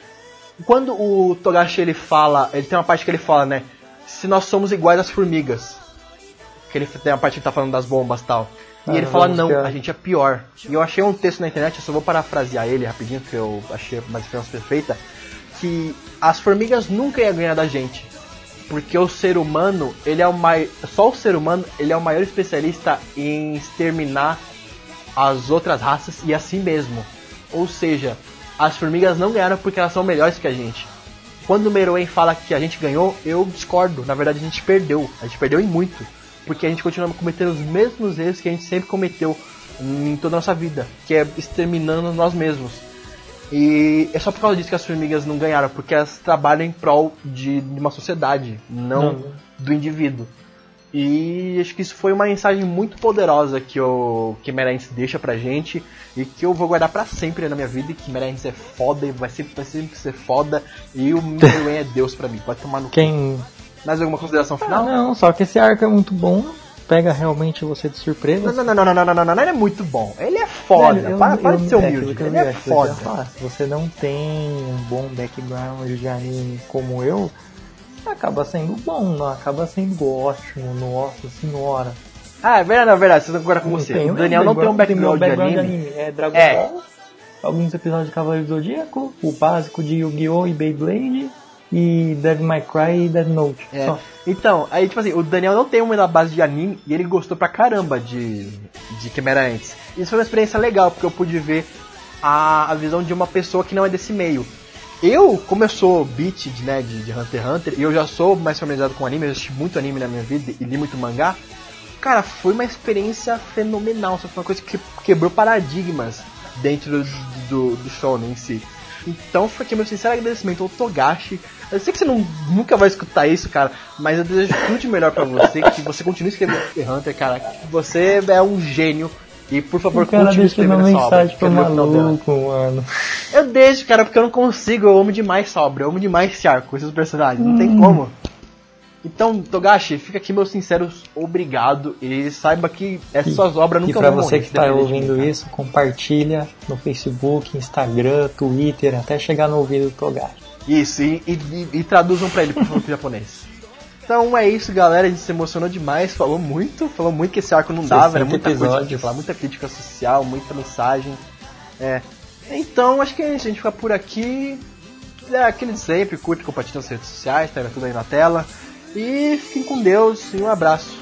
quando o Togashi ele fala, ele tem uma parte que ele fala, né? Se nós somos iguais às formigas. Que ele tem uma parte que ele tá falando das bombas e tal. E Ah, ele fala, vamos não, que é. a gente é pior. E eu achei um texto na internet, eu só vou parafrasear ele rapidinho, que eu achei uma diferença perfeita. Que as formigas nunca iam ganhar da gente. Porque o ser humano, ele é o mai... só o ser humano, ele é o maior especialista em exterminar as outras raças e a si mesmo. Ou seja, as formigas não ganharam porque elas são melhores que a gente. Quando o Meruem fala que a gente ganhou, eu discordo. Na verdade, a gente perdeu. A gente perdeu em muito. Porque a gente continua cometendo os mesmos erros que a gente sempre cometeu em toda a nossa vida. Que é exterminando nós mesmos. E é só por causa disso que as formigas não ganharam. Porque elas trabalham em prol de uma sociedade, não, não. do indivíduo. E acho que isso foi uma mensagem muito poderosa que o Chimera Ants deixa pra gente. E que eu vou guardar pra sempre na minha vida. E Chimera Ants é foda e vai sempre, vai sempre ser foda. E o Meruem é Deus pra mim. Pode tomar no Quem... Mais alguma consideração final? Ah, não, só que esse arco é muito bom. Pega realmente você de surpresa. Não, não, não, não, não, não, não, não, não, ele é muito bom. Ele é foda. Velho, eu, para para eu, de ser humilde. É, ele é foda. Falar, se você não tem um bom background de anime como eu, acaba sendo bom, não acaba sendo ótimo, nossa senhora. Ah, é verdade, é verdade, vocês concordo com você. Tem, o Daniel não tem um background, background de, anime. de anime. É Dragon é. Ball, alguns episódios de Cavaleiro do Zodíaco, o básico de Yu-Gi-Oh! E Beyblade, e Devil May Cry e Death Note. É. Só. Então, aí tipo assim, o Daniel não tem uma base de anime e ele gostou pra caramba de, de Chimera Ants. Isso foi uma experiência legal, porque eu pude ver a, a visão de uma pessoa que não é desse meio. Eu, como eu sou beat de, né, de, de Hunter x Hunter, e eu já sou mais familiarizado com anime, eu assisti muito anime na minha vida e li muito mangá, cara, foi uma experiência fenomenal, só foi uma coisa que quebrou paradigmas dentro do, do, do shonen em si. Então foi aqui meu sincero agradecimento ao Togashi. Eu sei que você não, nunca vai escutar isso, cara, mas eu desejo tudo de melhor pra você, que você continue escrevendo Hunter x Hunter, cara, que você é um gênio. E por favor, continue escrevendo essa obra. Pro maluco, mano. Eu deixo, cara, porque eu não consigo, eu amo demais essa obra, eu amo demais esse arco, esses personagens, não hum. tem como. Então, Togashi, fica aqui meu sincero obrigado e saiba que essas suas obras nunca vão morrer. E pra você que está ouvindo isso, compartilha no Facebook, Instagram, Twitter, até chegar no ouvido do Togashi. Isso, e, e, e traduzam pra ele, por favor, pro japonês. Então é isso, galera, a gente se emocionou demais, falou muito, falou muito que esse arco não dava, era muita coisa pra falar, muita crítica social, muita mensagem. É. Então, acho que é isso, a gente fica por aqui. É aquele de sempre, curte, compartilha nas redes sociais, tá tudo aí na tela. E fiquem com Deus e um abraço.